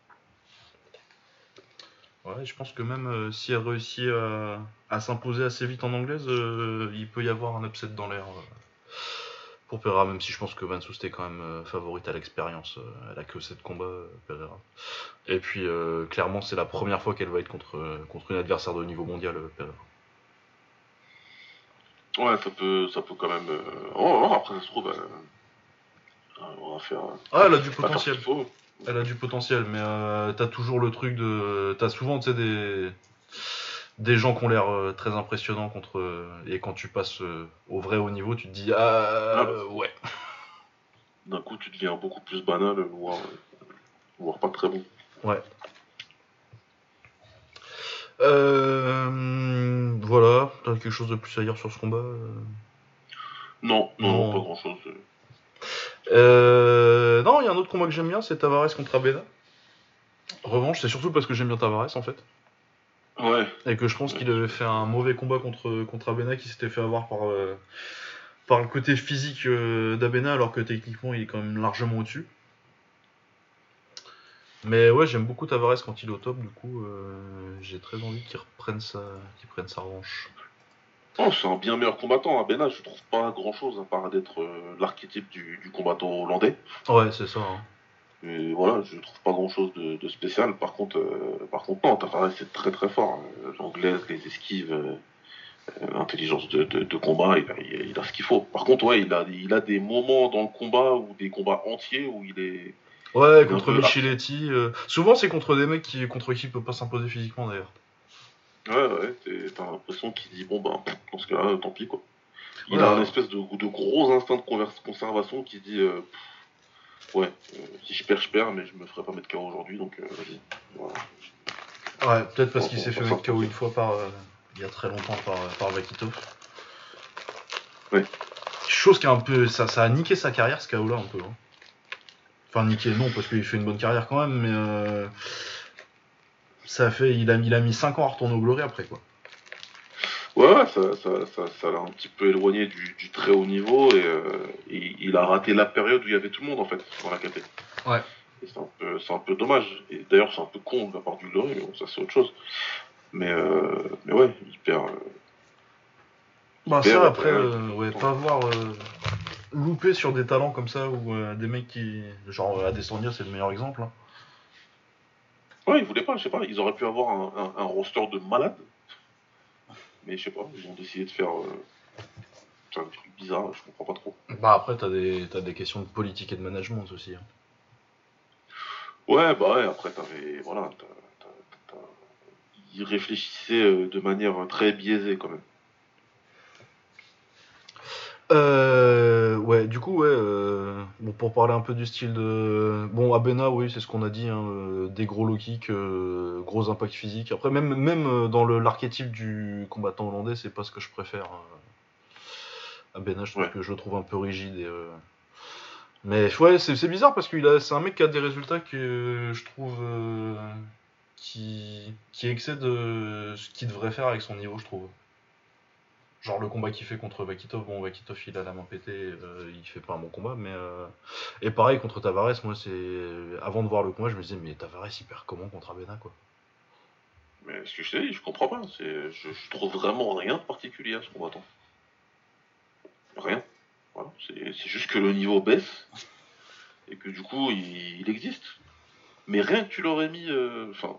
Ouais, je pense que même si elle réussit à s'imposer assez vite en anglaise, il peut y avoir un upset dans l'air pour Pereira, même si je pense que Van Soest est quand même favorite à l'expérience. Elle a que 7 combats, Pereira. Et puis, clairement, c'est la première fois qu'elle va être contre une adversaire de niveau mondial, Pereira. Ouais, ça peut quand même. On va voir, après, ça se trouve, on va faire. Ah, elle a du Va faire ce potentiel. qu'il faut. Elle a du potentiel, mais t'as toujours le truc de. T'as souvent, tu sais, des gens qui ont l'air très impressionnants contre. Et quand tu passes au vrai haut niveau, tu te dis Ah, bah, ouais. d'un coup, tu deviens beaucoup plus banal, voire pas très bon. Ouais. Voilà, t'as quelque chose de plus à dire sur ce combat Non, non, non, pas Non. grand chose. Non, il y a un autre combat que j'aime bien, c'est Tavares contre Abena. Revanche, c'est surtout parce que j'aime bien Tavares en fait. Ouais. Et que je pense Ouais, qu'il avait fait un mauvais combat contre Abena qui s'était fait avoir par le côté physique d'Abena alors que techniquement il est quand même largement au-dessus. Mais ouais, j'aime beaucoup Tavares quand il est au top, du coup j'ai très envie qu'il prenne sa revanche. oh, c'est un bien meilleur combattant. Abena, je trouve pas grand chose à part d'être l'archétype du combattant hollandais. Ouais, c'est ça. Hein. Et voilà, je trouve pas grand chose de spécial. Par contre, non, Tavares c'est très très fort. L'anglaise, les esquives, l'intelligence de combat, il a ce qu'il faut. Par contre, ouais, il a des moments dans le combat ou des combats entiers où Ouais, il est un contre peu absent. Micheletti. Souvent, c'est contre des mecs contre qui il peut pas s'imposer physiquement d'ailleurs. Ouais, ouais, t'as l'impression qu'il dit bon ben, dans ce cas-là, tant pis quoi. Ouais, Il a un espèce de gros instinct de conservation qui dit ouais, si je perds, mais je me ferai pas mettre KO aujourd'hui, donc vas-y. Voilà. ouais, peut-être parce qu'il On s'est fait va mettre KO s'imposer. une fois il y a très longtemps par Vakitov. Ouais. Chose qui a un peu. Ça a niqué sa carrière, ce KO là, un peu. Hein. Enfin, niqué, non, parce qu'il fait une bonne carrière quand même, mais. Il a mis 5 ans à retourner au Glory après, quoi. Ouais, ouais, ça l'a un petit peu éloigné du très haut niveau et il a raté la période où il y avait tout le monde en fait dans la KT. Ouais. Et c'est un peu dommage. Et d'ailleurs, c'est un peu con de la part du Glory, mais bon, ça c'est autre chose. Mais ouais, il Bah, perd ça, et après, derrière ouais, il pas avoir loupé sur des talents comme ça, ou des mecs qui. Genre, Adesanya, c'est le meilleur exemple. Hein. Ouais, ils voulaient pas, je sais pas, ils auraient pu avoir un roster de malades, mais je sais pas, ils ont décidé de faire un truc bizarre, je comprends pas trop. Bah, après, t'as des questions de politique et de management aussi. Hein. Ouais, bah ouais, après voilà, ils réfléchissaient de manière très biaisée quand même. Ouais, du coup, ouais, bon, pour parler un peu du style de. Bon, Abena, oui, c'est ce qu'on a dit, hein, des gros low kicks, gros impact physique. Après, même dans l'archétype du combattant hollandais, c'est pas ce que je préfère. Hein. Abena, Ouais. je le trouve un peu rigide. Mais ouais, c'est bizarre parce que c'est un mec qui a des résultats que je trouve qui excèdent ce qu'il devrait faire avec son niveau, je trouve. Genre le combat qu'il fait contre Vakitov, bon Vakitov il a la main pétée, il fait pas un bon combat, mais et pareil contre Tavares, moi c'est avant de voir le combat, je me disais mais Tavares il perd comment contre Abena quoi. Mais ce que je t'ai dit, je comprends pas. Je trouve vraiment rien de particulier à ce combattant. Rien. Voilà. C'est juste que le niveau baisse et que du coup il existe. Mais rien que tu l'aurais mis. Enfin.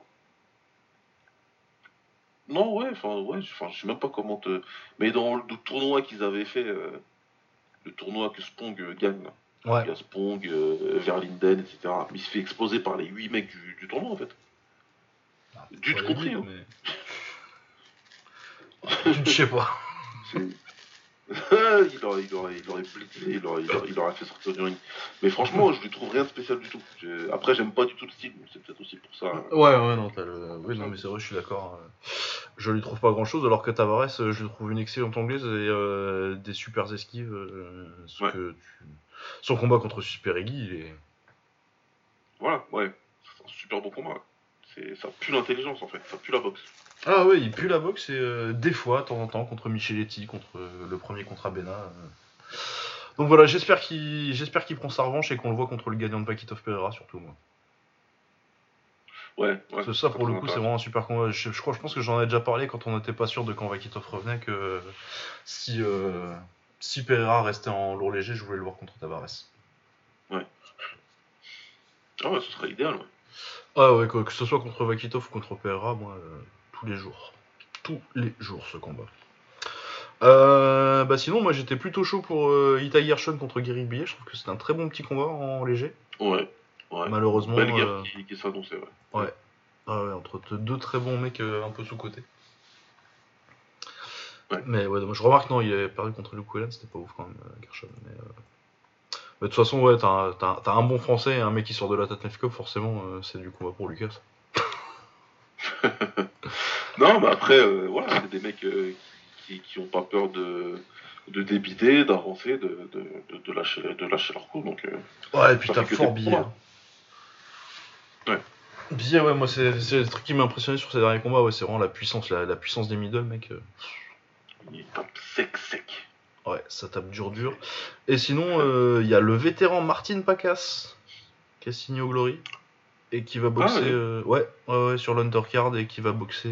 Non, ouais, je sais même pas comment te. Mais dans le tournoi qu'ils avaient fait, le tournoi que Spong gagne, là. Donc Ouais. il y a Spong, Verlinden, etc. Mais il se fait exploser par les 8 mecs du tournoi en fait. Ah, pas Dude les compris, 8 hein. mais tu ne sais pas. C'est- il aurait blitzé, il aurait fait sortir du ring. Mais franchement, je lui trouve rien de spécial du tout. Après, j'aime pas du tout le style, donc c'est peut-être aussi pour ça. Ouais non, t'as le. Pour Oui non ça. mais c'est vrai, je suis d'accord. Je lui trouve pas grand chose alors que Tavares, je lui trouve une excellente anglaise et des super esquives. Ouais, Son combat contre Superigi, il est. voilà, ouais. C'est un super bon combat. Ça pue l'intelligence en fait, ça pue la boxe. Ah ouais, il pue la boxe et des fois, de temps en temps, contre Micheletti, contre le premier contre Abena. Donc voilà, j'espère qu'il prend sa revanche et qu'on le voit contre le gagnant de Pakitov Pereira, surtout moi. Ouais, ouais, Parce que ce ça, serait pour le très coup, c'est intéressant. vraiment un super combat. Je pense que j'en ai déjà parlé quand on n'était pas sûr de quand Vakitov revenait, que si, euh, si Pereira restait en lourd léger, je voulais le voir contre Tavares. Ouais. Ah ouais, ce serait idéal, ouais. Ah ouais, que ce soit contre Vakitov ou contre Pereira, moi, tous les jours. Tous les jours, ce combat. Bah sinon, moi j'étais plutôt chaud pour Ita Gershon contre Gary Billet. Je trouve que c'est un très bon petit combat en léger. Ouais, ouais. Une belle Malheureusement, guerre qui s'annonçait, ouais. ouais. Ah ouais, entre deux très bons mecs un peu sous-côté. Ouais. Mais ouais, je remarque, non, il avait perdu contre Luke Whelan, c'était pas ouf quand même, Gershon. Mais de toute façon, ouais, t'as un bon français et un mec qui sort de la Tatnef Cup, forcément, c'est du combat pour Lucas. Non, mais après, voilà, c'est des mecs qui ont pas peur de débiter, d'avancer, de lâcher leur coup, donc Ouais, et puis ça t'as fait que des fort bons billet. combats. Hein. Ouais. Billet, ouais, moi, c'est le truc qui m'a impressionné sur ces derniers combats, ouais, c'est vraiment la puissance des middle, mec. Il tape sec. Ouais, ça tape dur. C'est- Et sinon, il y a le vétéran Martin Pacas qui a signé au Glory et qui va Ah boxer ouais. ouais, sur l'undercard et qui va boxer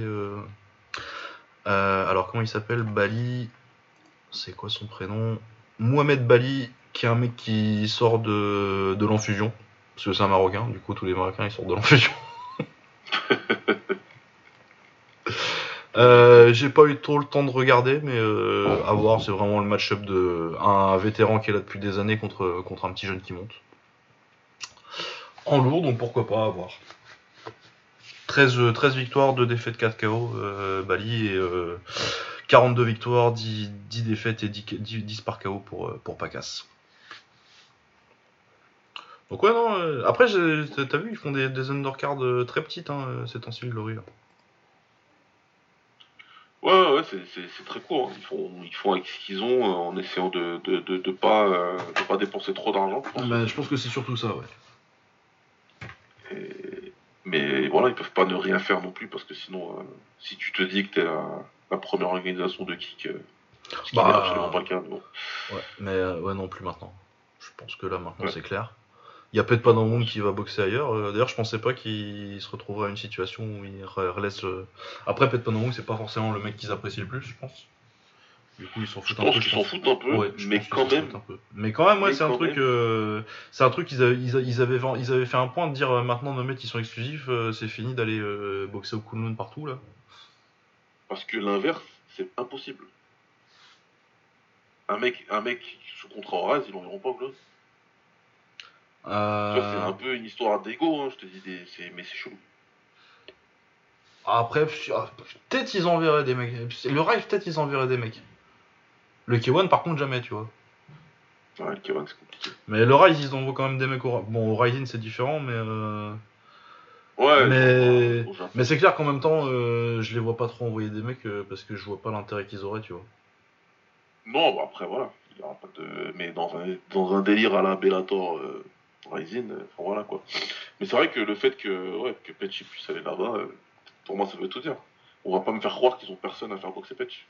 alors comment il s'appelle, Bali, c'est quoi son prénom, Mohamed Bali, qui est un mec qui sort de l'enfusion. Parce que c'est un Marocain, du coup tous les Marocains ils sortent de l'infusion. J'ai pas eu trop le temps de regarder, mais à voir, c'est vraiment le match-up de un vétéran qui est là depuis des années contre un petit jeune qui monte. En lourd, donc pourquoi pas, à voir. 13 victoires, 2 défaites, 4 KO, Bali, et 42 victoires, 10 défaites et 10 par KO pour Pacas. Donc ouais, non, après, t'as vu, ils font des undercards très petites, hein, ces temps-ci, Glory, là. Ouais, c'est très court. Ils font avec ce qu'ils ont en essayant de pas dépenser trop d'argent, je pense Bah, aussi. je pense que c'est surtout ça, ouais. Mais voilà, ils peuvent pas ne rien faire non plus parce que sinon, si tu te dis que t'es la première organisation de kick, ce qui n'est absolument pas Bah, le cas, mais bon. ouais, mais ouais, non plus maintenant. Je pense que là, maintenant, Ouais. c'est clair. Il y a peut-être pas dans le monde qui va boxer ailleurs. D'ailleurs, je pensais pas qu'il se retrouverait à une situation où il relaisse. Après, peut-être pas dans le monde, c'est pas forcément le mec qu'ils apprécient le plus, je pense. Du coup, ils s'en Je foutent un pense peu, qu'ils je s'en pense. foutent un peu, Ouais, je mais pense qu'ils quand s'en foutent même, un peu. Mais quand même, ouais, mais quand même, c'est un truc ils avaient fait un point de dire maintenant nos mecs ils sont exclusifs, c'est fini d'aller boxer au Kunlun partout là. parce que l'inverse, c'est impossible. Un mec sous contrat en rase, ils l'enverront pas au club. Tu vois, c'est Euh, un peu une histoire d'ego, hein, je te dis, mais c'est chelou. Après, peut-être ils enverraient des mecs. Le Rise, peut-être ils enverraient des mecs. Le K1, par contre, jamais, tu vois. Ouais, le K1, c'est compliqué. Mais le Rise, ils envoient quand même des mecs au. Bon, au Rising, c'est différent, mais. Ouais, j'envoie Mais. au Japon. Mais c'est clair qu'en même temps, je les vois pas trop envoyer des mecs parce que je vois pas l'intérêt qu'ils auraient, tu vois. Non, bah après, voilà. Il y aura pas de... Mais dans un délire à la Bellator Rising, enfin voilà quoi. Mais c'est vrai que le fait que Petch puisse aller là-bas, pour moi, ça veut tout dire. On va pas me faire croire qu'ils ont personne à faire boxer Petch.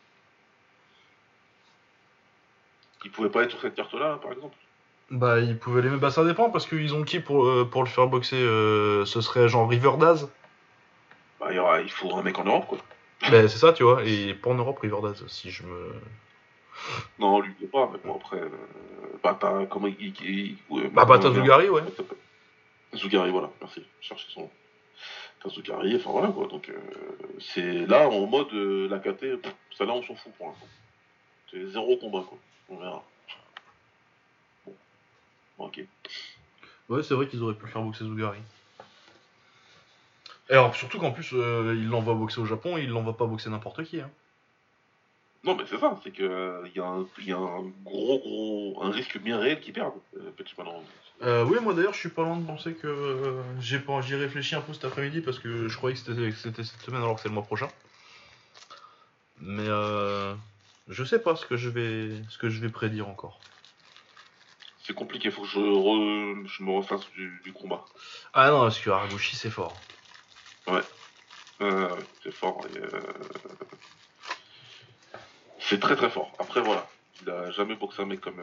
Ils pouvaient pas être sur cette carte-là, par exemple. Bah, ils pouvaient les mettre. Bah, ça dépend parce qu'ils ont qui pour le faire boxer ce serait genre Riverdaz. Bah, il faut un mec en Europe, quoi. Bah, c'est ça, tu vois. Et pas en Europe, Riverdaz, si je me. Non, lui, il peut pas, mais bon, après, Bata, comment Bah, merde, Batazugari, ouais. comment il s'appelle Zougari, voilà, merci, je cherchais son nom. Zougari, enfin voilà, quoi, donc c'est là, en mode, la KT, ça là, on s'en fout pour l'instant. C'est zéro combat, quoi, on verra. Bon, ok. Ouais, c'est vrai qu'ils auraient pu le faire boxer Zugari. Et alors, surtout qu'en plus, il l'envoie boxer au Japon et il l'envoie pas boxer n'importe qui, hein. Non, mais c'est ça, c'est que il y a un un risque bien réel qu'ils perdent, Petit Manon. Oui, moi d'ailleurs, je suis pas loin de penser que j'y réfléchi un peu cet après-midi parce que je croyais que c'était cette semaine alors que c'est le mois prochain. Mais je sais pas ce que je vais prédire encore. C'est compliqué, faut que je me refasse du combat. Ah non, parce que Haraguchi c'est fort. Ouais, c'est fort. C'est très très fort. Après, voilà. Il a jamais boxé un mec comme.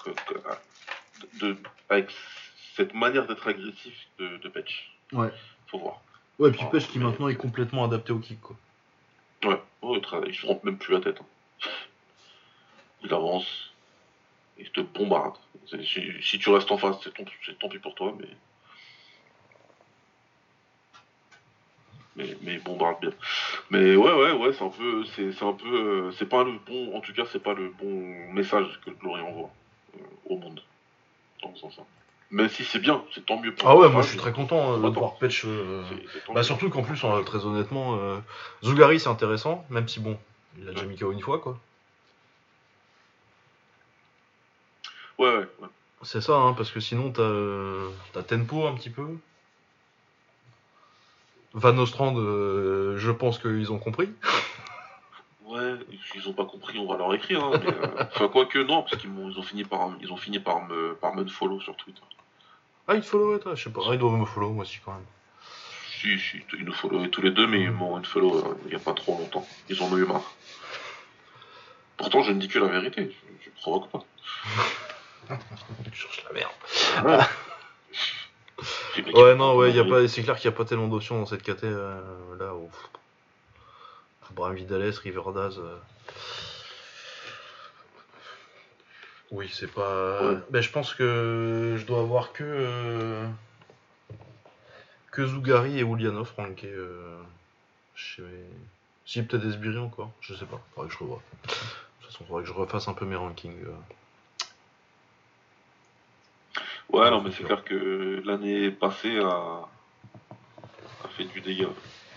Avec cette manière d'être agressif de Petch. Ouais. Faut voir. Ouais, puis Ah, Pech qui mais, maintenant est complètement adapté au kick, quoi. ouais, il se trompe même plus la tête, hein. Il avance, il te bombarde. Si tu restes en face, c'est tant pis pour toi, mais il bombarde bien. Mais ouais, c'est un peu, c'est pas le bon, en tout cas, c'est pas le bon message que Glory envoie au monde, dans ce sens-là. Mais si c'est bien, c'est tant mieux pour Ah les ouais, moi fans je suis et très pour content les de combattants. voir Pech. C'est tant Bah mieux. surtout qu'en plus, très honnêtement, Zugari c'est intéressant, même si bon, il a déjà Ouais, mis KO une fois, quoi. ouais. C'est ça, hein, parce que sinon t'as Tenpo un petit peu. Van Ostrand, je pense qu'ils ont compris. Ouais, ils ont pas compris, on va leur écrire, hein, mais enfin quoi que non, parce ils ont fini par me follow sur Twitter. Ah, il te follow, toi, je sais pas. Ah, il doit me follow, moi aussi, quand même. Si, ils nous followaient tous les deux, mais ils m'ont unfollow il y a pas trop longtemps. Ils en ont eu marre. Pourtant, je ne dis que la vérité, je provoque pas. Tu cherches la merde. Ouais. Les mecs, ils Ouais, veulent pas non, entendre ouais, la vérité. c'est clair qu'il n'y a pas tellement d'options dans cette KT. Là, Abraham Vidales, Riverdaz. Oui, c'est pas. Ouais. Ben, je pense que je dois avoir que. que Zougari et Ulyanov rankés chez... Si, peut-être Esbiri encore, je sais pas, faudrait que je revoie. De toute façon, faudrait que je refasse un peu mes rankings. Ouais, Dans le non, mais c'est futur. clair que l'année passée a fait du dégât.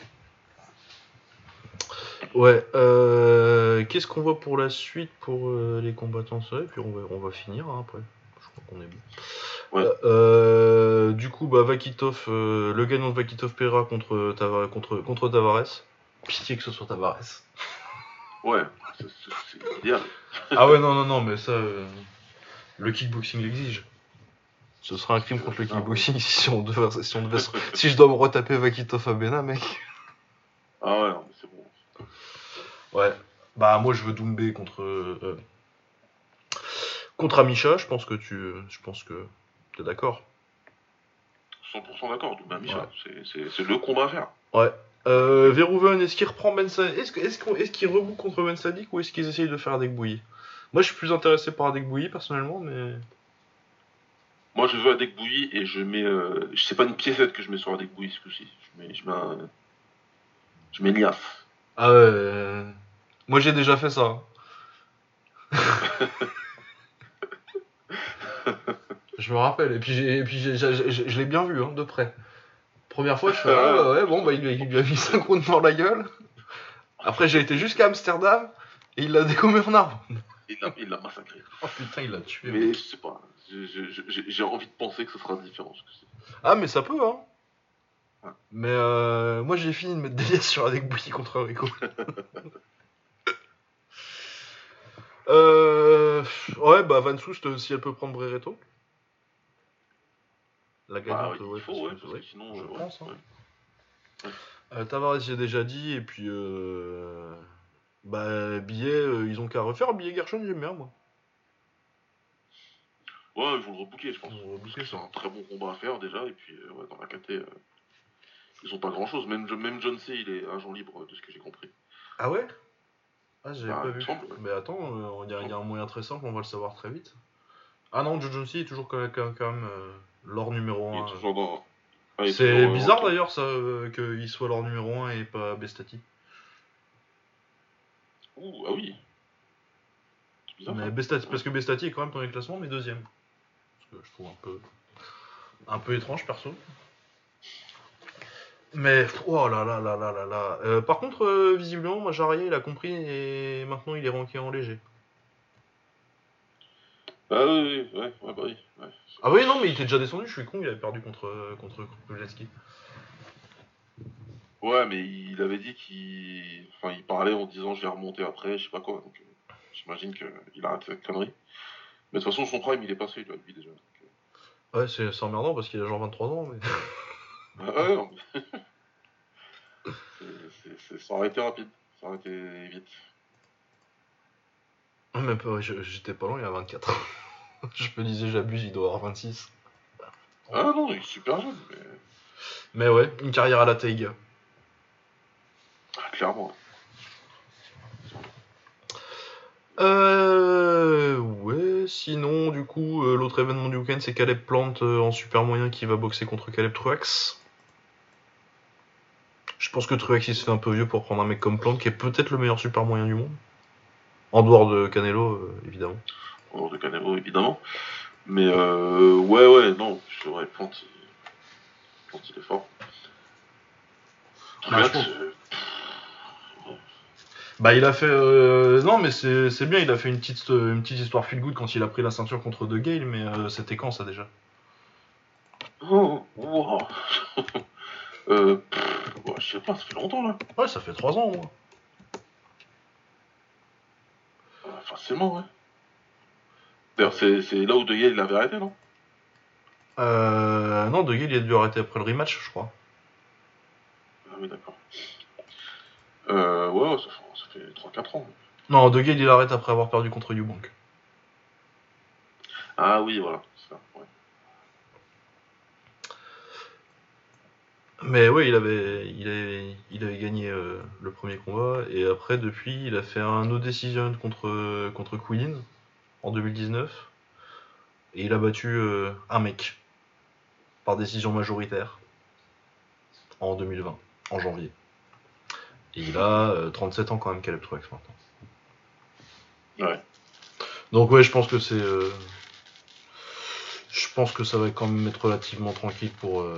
Ouais, qu'est-ce qu'on voit pour la suite pour les combattants seuls, et puis on va finir hein, après. Je crois qu'on est bon. Ouais. Du coup, bah, Vakitov, le gagnant de Vakitov Pereira contre Tavares. Pitié que ce soit Tavares. Ouais, c'est idéal. Ah ouais, non, mais ça, le kickboxing l'exige. Ce sera un Parce crime que contre le là, kickboxing si je dois me retaper Vakitov à Bena, mec. Ah ouais, non, mais c'est bon. Ouais. Bah, moi, je veux Doumbé contre Amisha. Je pense que t'es d'accord. 100% d'accord, du même Ouais. Micha. C'est le combat à faire. Ouais. Verhoeven, est-ce qu'il reprend Ben Sadik est-ce qu'il reboot contre Ben Sadik ou est-ce qu'ils essayent de faire Adek Bouilly? Moi, je suis plus intéressé par Adek Bouilly personnellement, mais. Moi, je veux Adek Bouilly et je mets. C'est pas une piécette que je mets sur Adek Bouilly ce coup-ci. Je mets Nias. Ah ouais. Moi, j'ai déjà fait ça. Je me rappelle. Et puis, je l'ai bien vu hein, de près. Première fois, je fais ah ouais, bon, bah, il lui a mis 5 rounds dans la gueule. Après, j'ai été jusqu'à Amsterdam et il l'a décommé en arbre. Il l'a massacré. Oh putain, il l'a tué, Mais mec. je sais pas. J'ai envie de penser que ce sera différent. Ah, mais ça peut, hein. Ouais. Mais moi, j'ai fini de mettre des liasses sur Adek Bouilly contre Rico. Ouais, bah Van Soust, si elle peut prendre Brereto. La Bah, gagnante, il ouais, faut, ouais, parce que ouais, sinon. je Ouais, pense. Hein. ouais. Tavares, j'ai déjà dit, et puis bah Billet, ils ont qu'à refaire. Billet Gershon, j'aime bien, moi. Ouais, ils vont le rebooker, je pense. Ils vont Parce rebooker que c'est ça. un très bon combat à faire déjà. Et puis, ouais, dans la KT, ils ont pas grand chose. Même John C, il est agent libre, de ce que j'ai compris. Ah ouais? Ah, j'avais Bah, pas il me vu. semble, ouais. Mais attends, il y a un moyen très simple, on va le savoir très vite. Ah non, Joe Jonesy est toujours quand même l'or numéro Il est 1. toujours dans. Ah, il est toujours C'est dans le bizarre top. d'ailleurs ça qu'il soit l'or numéro 1 et pas Bestati. Ouh, ah oui. C'est bizarre Mais ça. Bestati, Ouais. parce que Bestati est quand même dans les classements, mais deuxième. Ce que je trouve un peu étrange perso. Mais oh là là là là là là. Par contre, visiblement, Majaria il a compris et maintenant il est ranké en léger. Ah oui, oui, ouais, ouais, bah oui. Ouais. Ah oui, non, mais il était déjà descendu, je suis con, il avait perdu contre Kruszewski. Ouais, mais il avait dit Enfin, il parlait en disant je vais remonter après, je sais pas quoi. Donc, j'imagine qu'il a arrêté cette connerie. Mais de toute façon, son prime, il est passé, lui, déjà. Donc, Ouais, c'est emmerdant parce qu'il a genre 23 ans, mais. ouais, non, mais ça aurait été rapide. Ça aurait été vite. Même pas, j'étais pas loin, il a 24 ans. Je me disais, j'abuse, il doit avoir 26. Ah non, il est super jeune, mais. Mais ouais, une carrière à la Taiga. Ah, clairement. Ouais, sinon, du coup, l'autre événement du week-end, c'est Caleb Plant en super moyen qui va boxer contre Caleb Truax. Je pense que Truax il se fait un peu vieux pour prendre un mec comme Plant qui est peut-être le meilleur super moyen du monde. En dehors de Canelo, évidemment. En dehors de Canelo, évidemment. Mais ouais, non, c'est vrai, Plante, il est fort. Bah, je Truax, pense. Bah, il a fait. Non, mais c'est bien, il a fait une petite histoire feel good quand il a pris la ceinture contre De Gale, mais c'était quand ça déjà? oh, wow. Ouais, je sais pas, ça fait longtemps là. Ouais, ça fait 3 ans, moi. Facilement, ouais. D'ailleurs, c'est là où De Gale l'avait arrêté, non? Non, De Gale il a dû arrêter après le rematch, je crois. Ah oui, d'accord. Ouais, ça fait 3-4 ans. Non, De Gale il arrête après avoir perdu contre Eubank. Ah oui, voilà, c'est ça, ouais. Mais ouais, il avait gagné le premier combat, et après, depuis, il a fait un no decision contre Quillin en 2019, et il a battu un mec par décision majoritaire. en 2020, en janvier. Et il a 37 ans quand même, Caleb Truax maintenant. Ouais. Donc ouais, je pense que c'est... Je pense que ça va quand même être relativement tranquille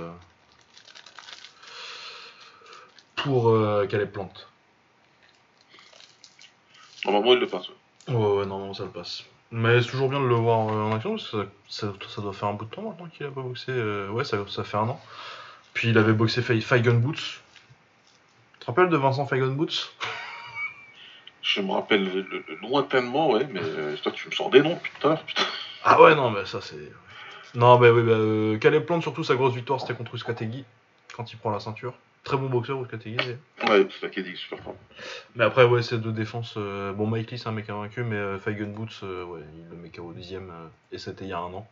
pour Caleb Plant. Normalement, il le passe. Ouais, normalement ça le passe. Mais c'est toujours bien de le voir en action, parce que ça doit faire un bout de temps maintenant qu'il a pas boxé. Ouais, ça fait 1 an. Puis il avait boxé Feigen Boots. Tu te rappelles de Vincent Feigen Boots? Je me rappelle lointainement, ouais, mais toi, tu me sors des noms, putain. Ah ouais, non, mais ça c'est... Non, mais oui, Caleb Plant, surtout sa grosse victoire, c'était contre Uzcategui, quand il prend la ceinture. Très bon boxeur, Uzcategui. Ouais, c'est ça qui est dit, super fort. Mais après, ouais, c'est 2 défenses. Bon, Mike Lee, c'est un mec invaincu, mais Feigen Boots, ouais, il le met KO 10ème, et c'était il y a 1 an.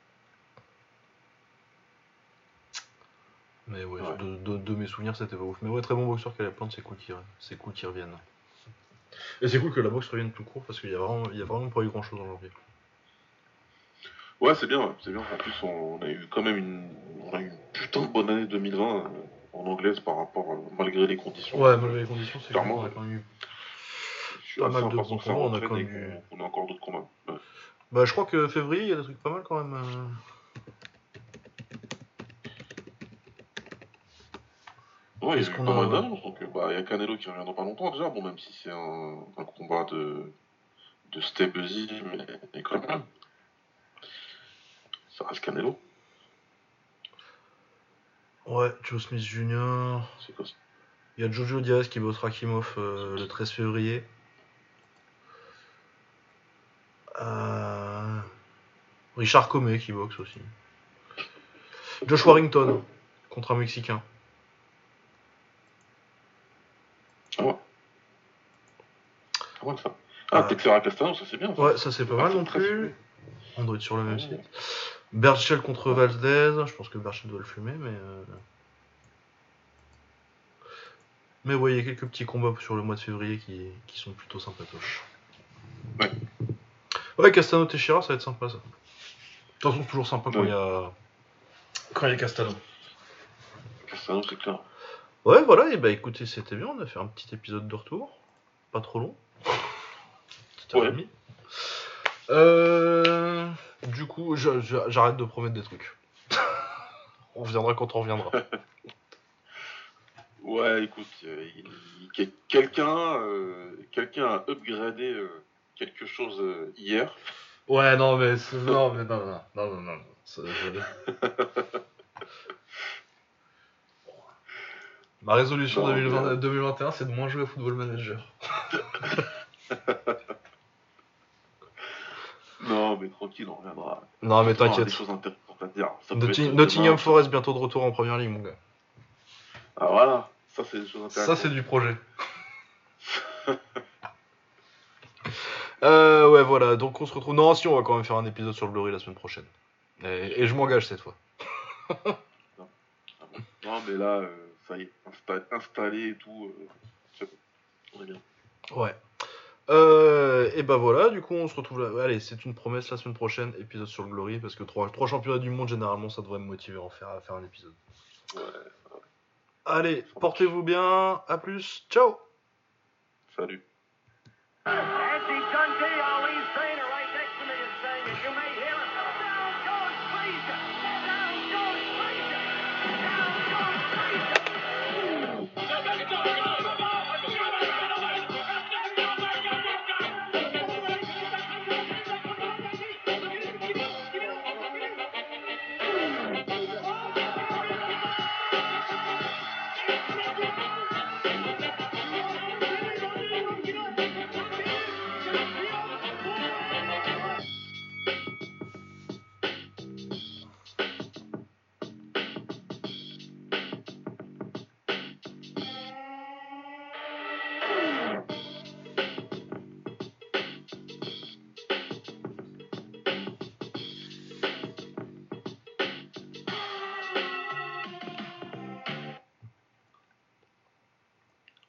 Mais ouais, Ouais. de mes souvenirs, c'était pas ouf. Mais ouais, très bon boxeur Caleb Plant, c'est cool qu'il revienne. Et c'est cool que la boxe revienne tout court, parce qu'il y a vraiment pas eu grand chose en janvier. Ouais, c'est bien, ouais, c'est bien. En plus, on a eu quand même une putain de bonne année 2020 en anglaise par rapport, malgré les conditions. Ouais, malgré les conditions, c'est cool Clairement, qu'on a quand même eu je suis pas assez mal de impatient bons que ça combats. On a reprenne quand et même eu. qu'on ait encore d'autres combats. Ouais. Bah, je crois que février, il y a des trucs pas mal quand même. Ouais, il y Qu'est-ce a eu qu'on pas a, mal ouais. d'annonces. Donc, il y a Canelo qui revient dans pas longtemps déjà. Bon, même si c'est un combat de Stebezy, mais quand même, ça reste Canelo. Ouais, Joe Smith Jr. C'est quoi ça? Il y a Jojo Diaz qui bossera Kimov le 13 février. Richard Comey qui boxe aussi. Josh Warrington contre un Mexicain. Ah ouais. Ah ouais, ça. Ah, Euh, Texera Castano, ça c'est bien ça. ouais, ça c'est pas mal non Très plus. ciblé. On doit être sur le même Ouais. site. Berchel contre Valdez. Je pense que Berchel doit le fumer, mais. Mais ouais, il y a quelques petits combats sur le mois de février qui sont plutôt sympatoches. Ouais. Ouais, Castano Teixeira, ça va être sympa ça. De toute façon, c'est toujours sympa quand Ouais. il y a Castano. Castano, c'est clair. Ouais, voilà, et bah écoutez, c'était bien, on a fait un petit épisode de retour. Pas trop long. Petite heure et Ouais. demie. Du coup, j'arrête de promettre des trucs. On reviendra quand on reviendra. Ouais, écoute, quelqu'un a upgradé quelque chose hier. Ouais, non, mais non, non. Ma résolution Non, mais, 2021, c'est de moins jouer à Football Manager. non, mais tranquille, on reviendra. Non, mais Forcément, il y aura des t'inquiète. choses intéressantes à dire. Ça peut être Nottingham demain. Forest bientôt de retour en première ligue, mon gars. Ah voilà, ça c'est des choses Ça, c'est intéressantes. du projet. Ouais, voilà, donc on se retrouve. Non, si, on va quand même faire un épisode sur le Glory la semaine prochaine. Et je m'engage cette fois. Non, ah bon. Non, mais là, ça y est, installé et tout. C'est bon, on est bien. Ouais. Et bah voilà, du coup, on se retrouve là. Allez, c'est une promesse la semaine prochaine, épisode sur le Glory, parce que 3 championnats du monde, généralement, ça devrait me motiver à faire un épisode. Ouais, Allez, ça marche. portez-vous bien, à plus, ciao! Salut. Happy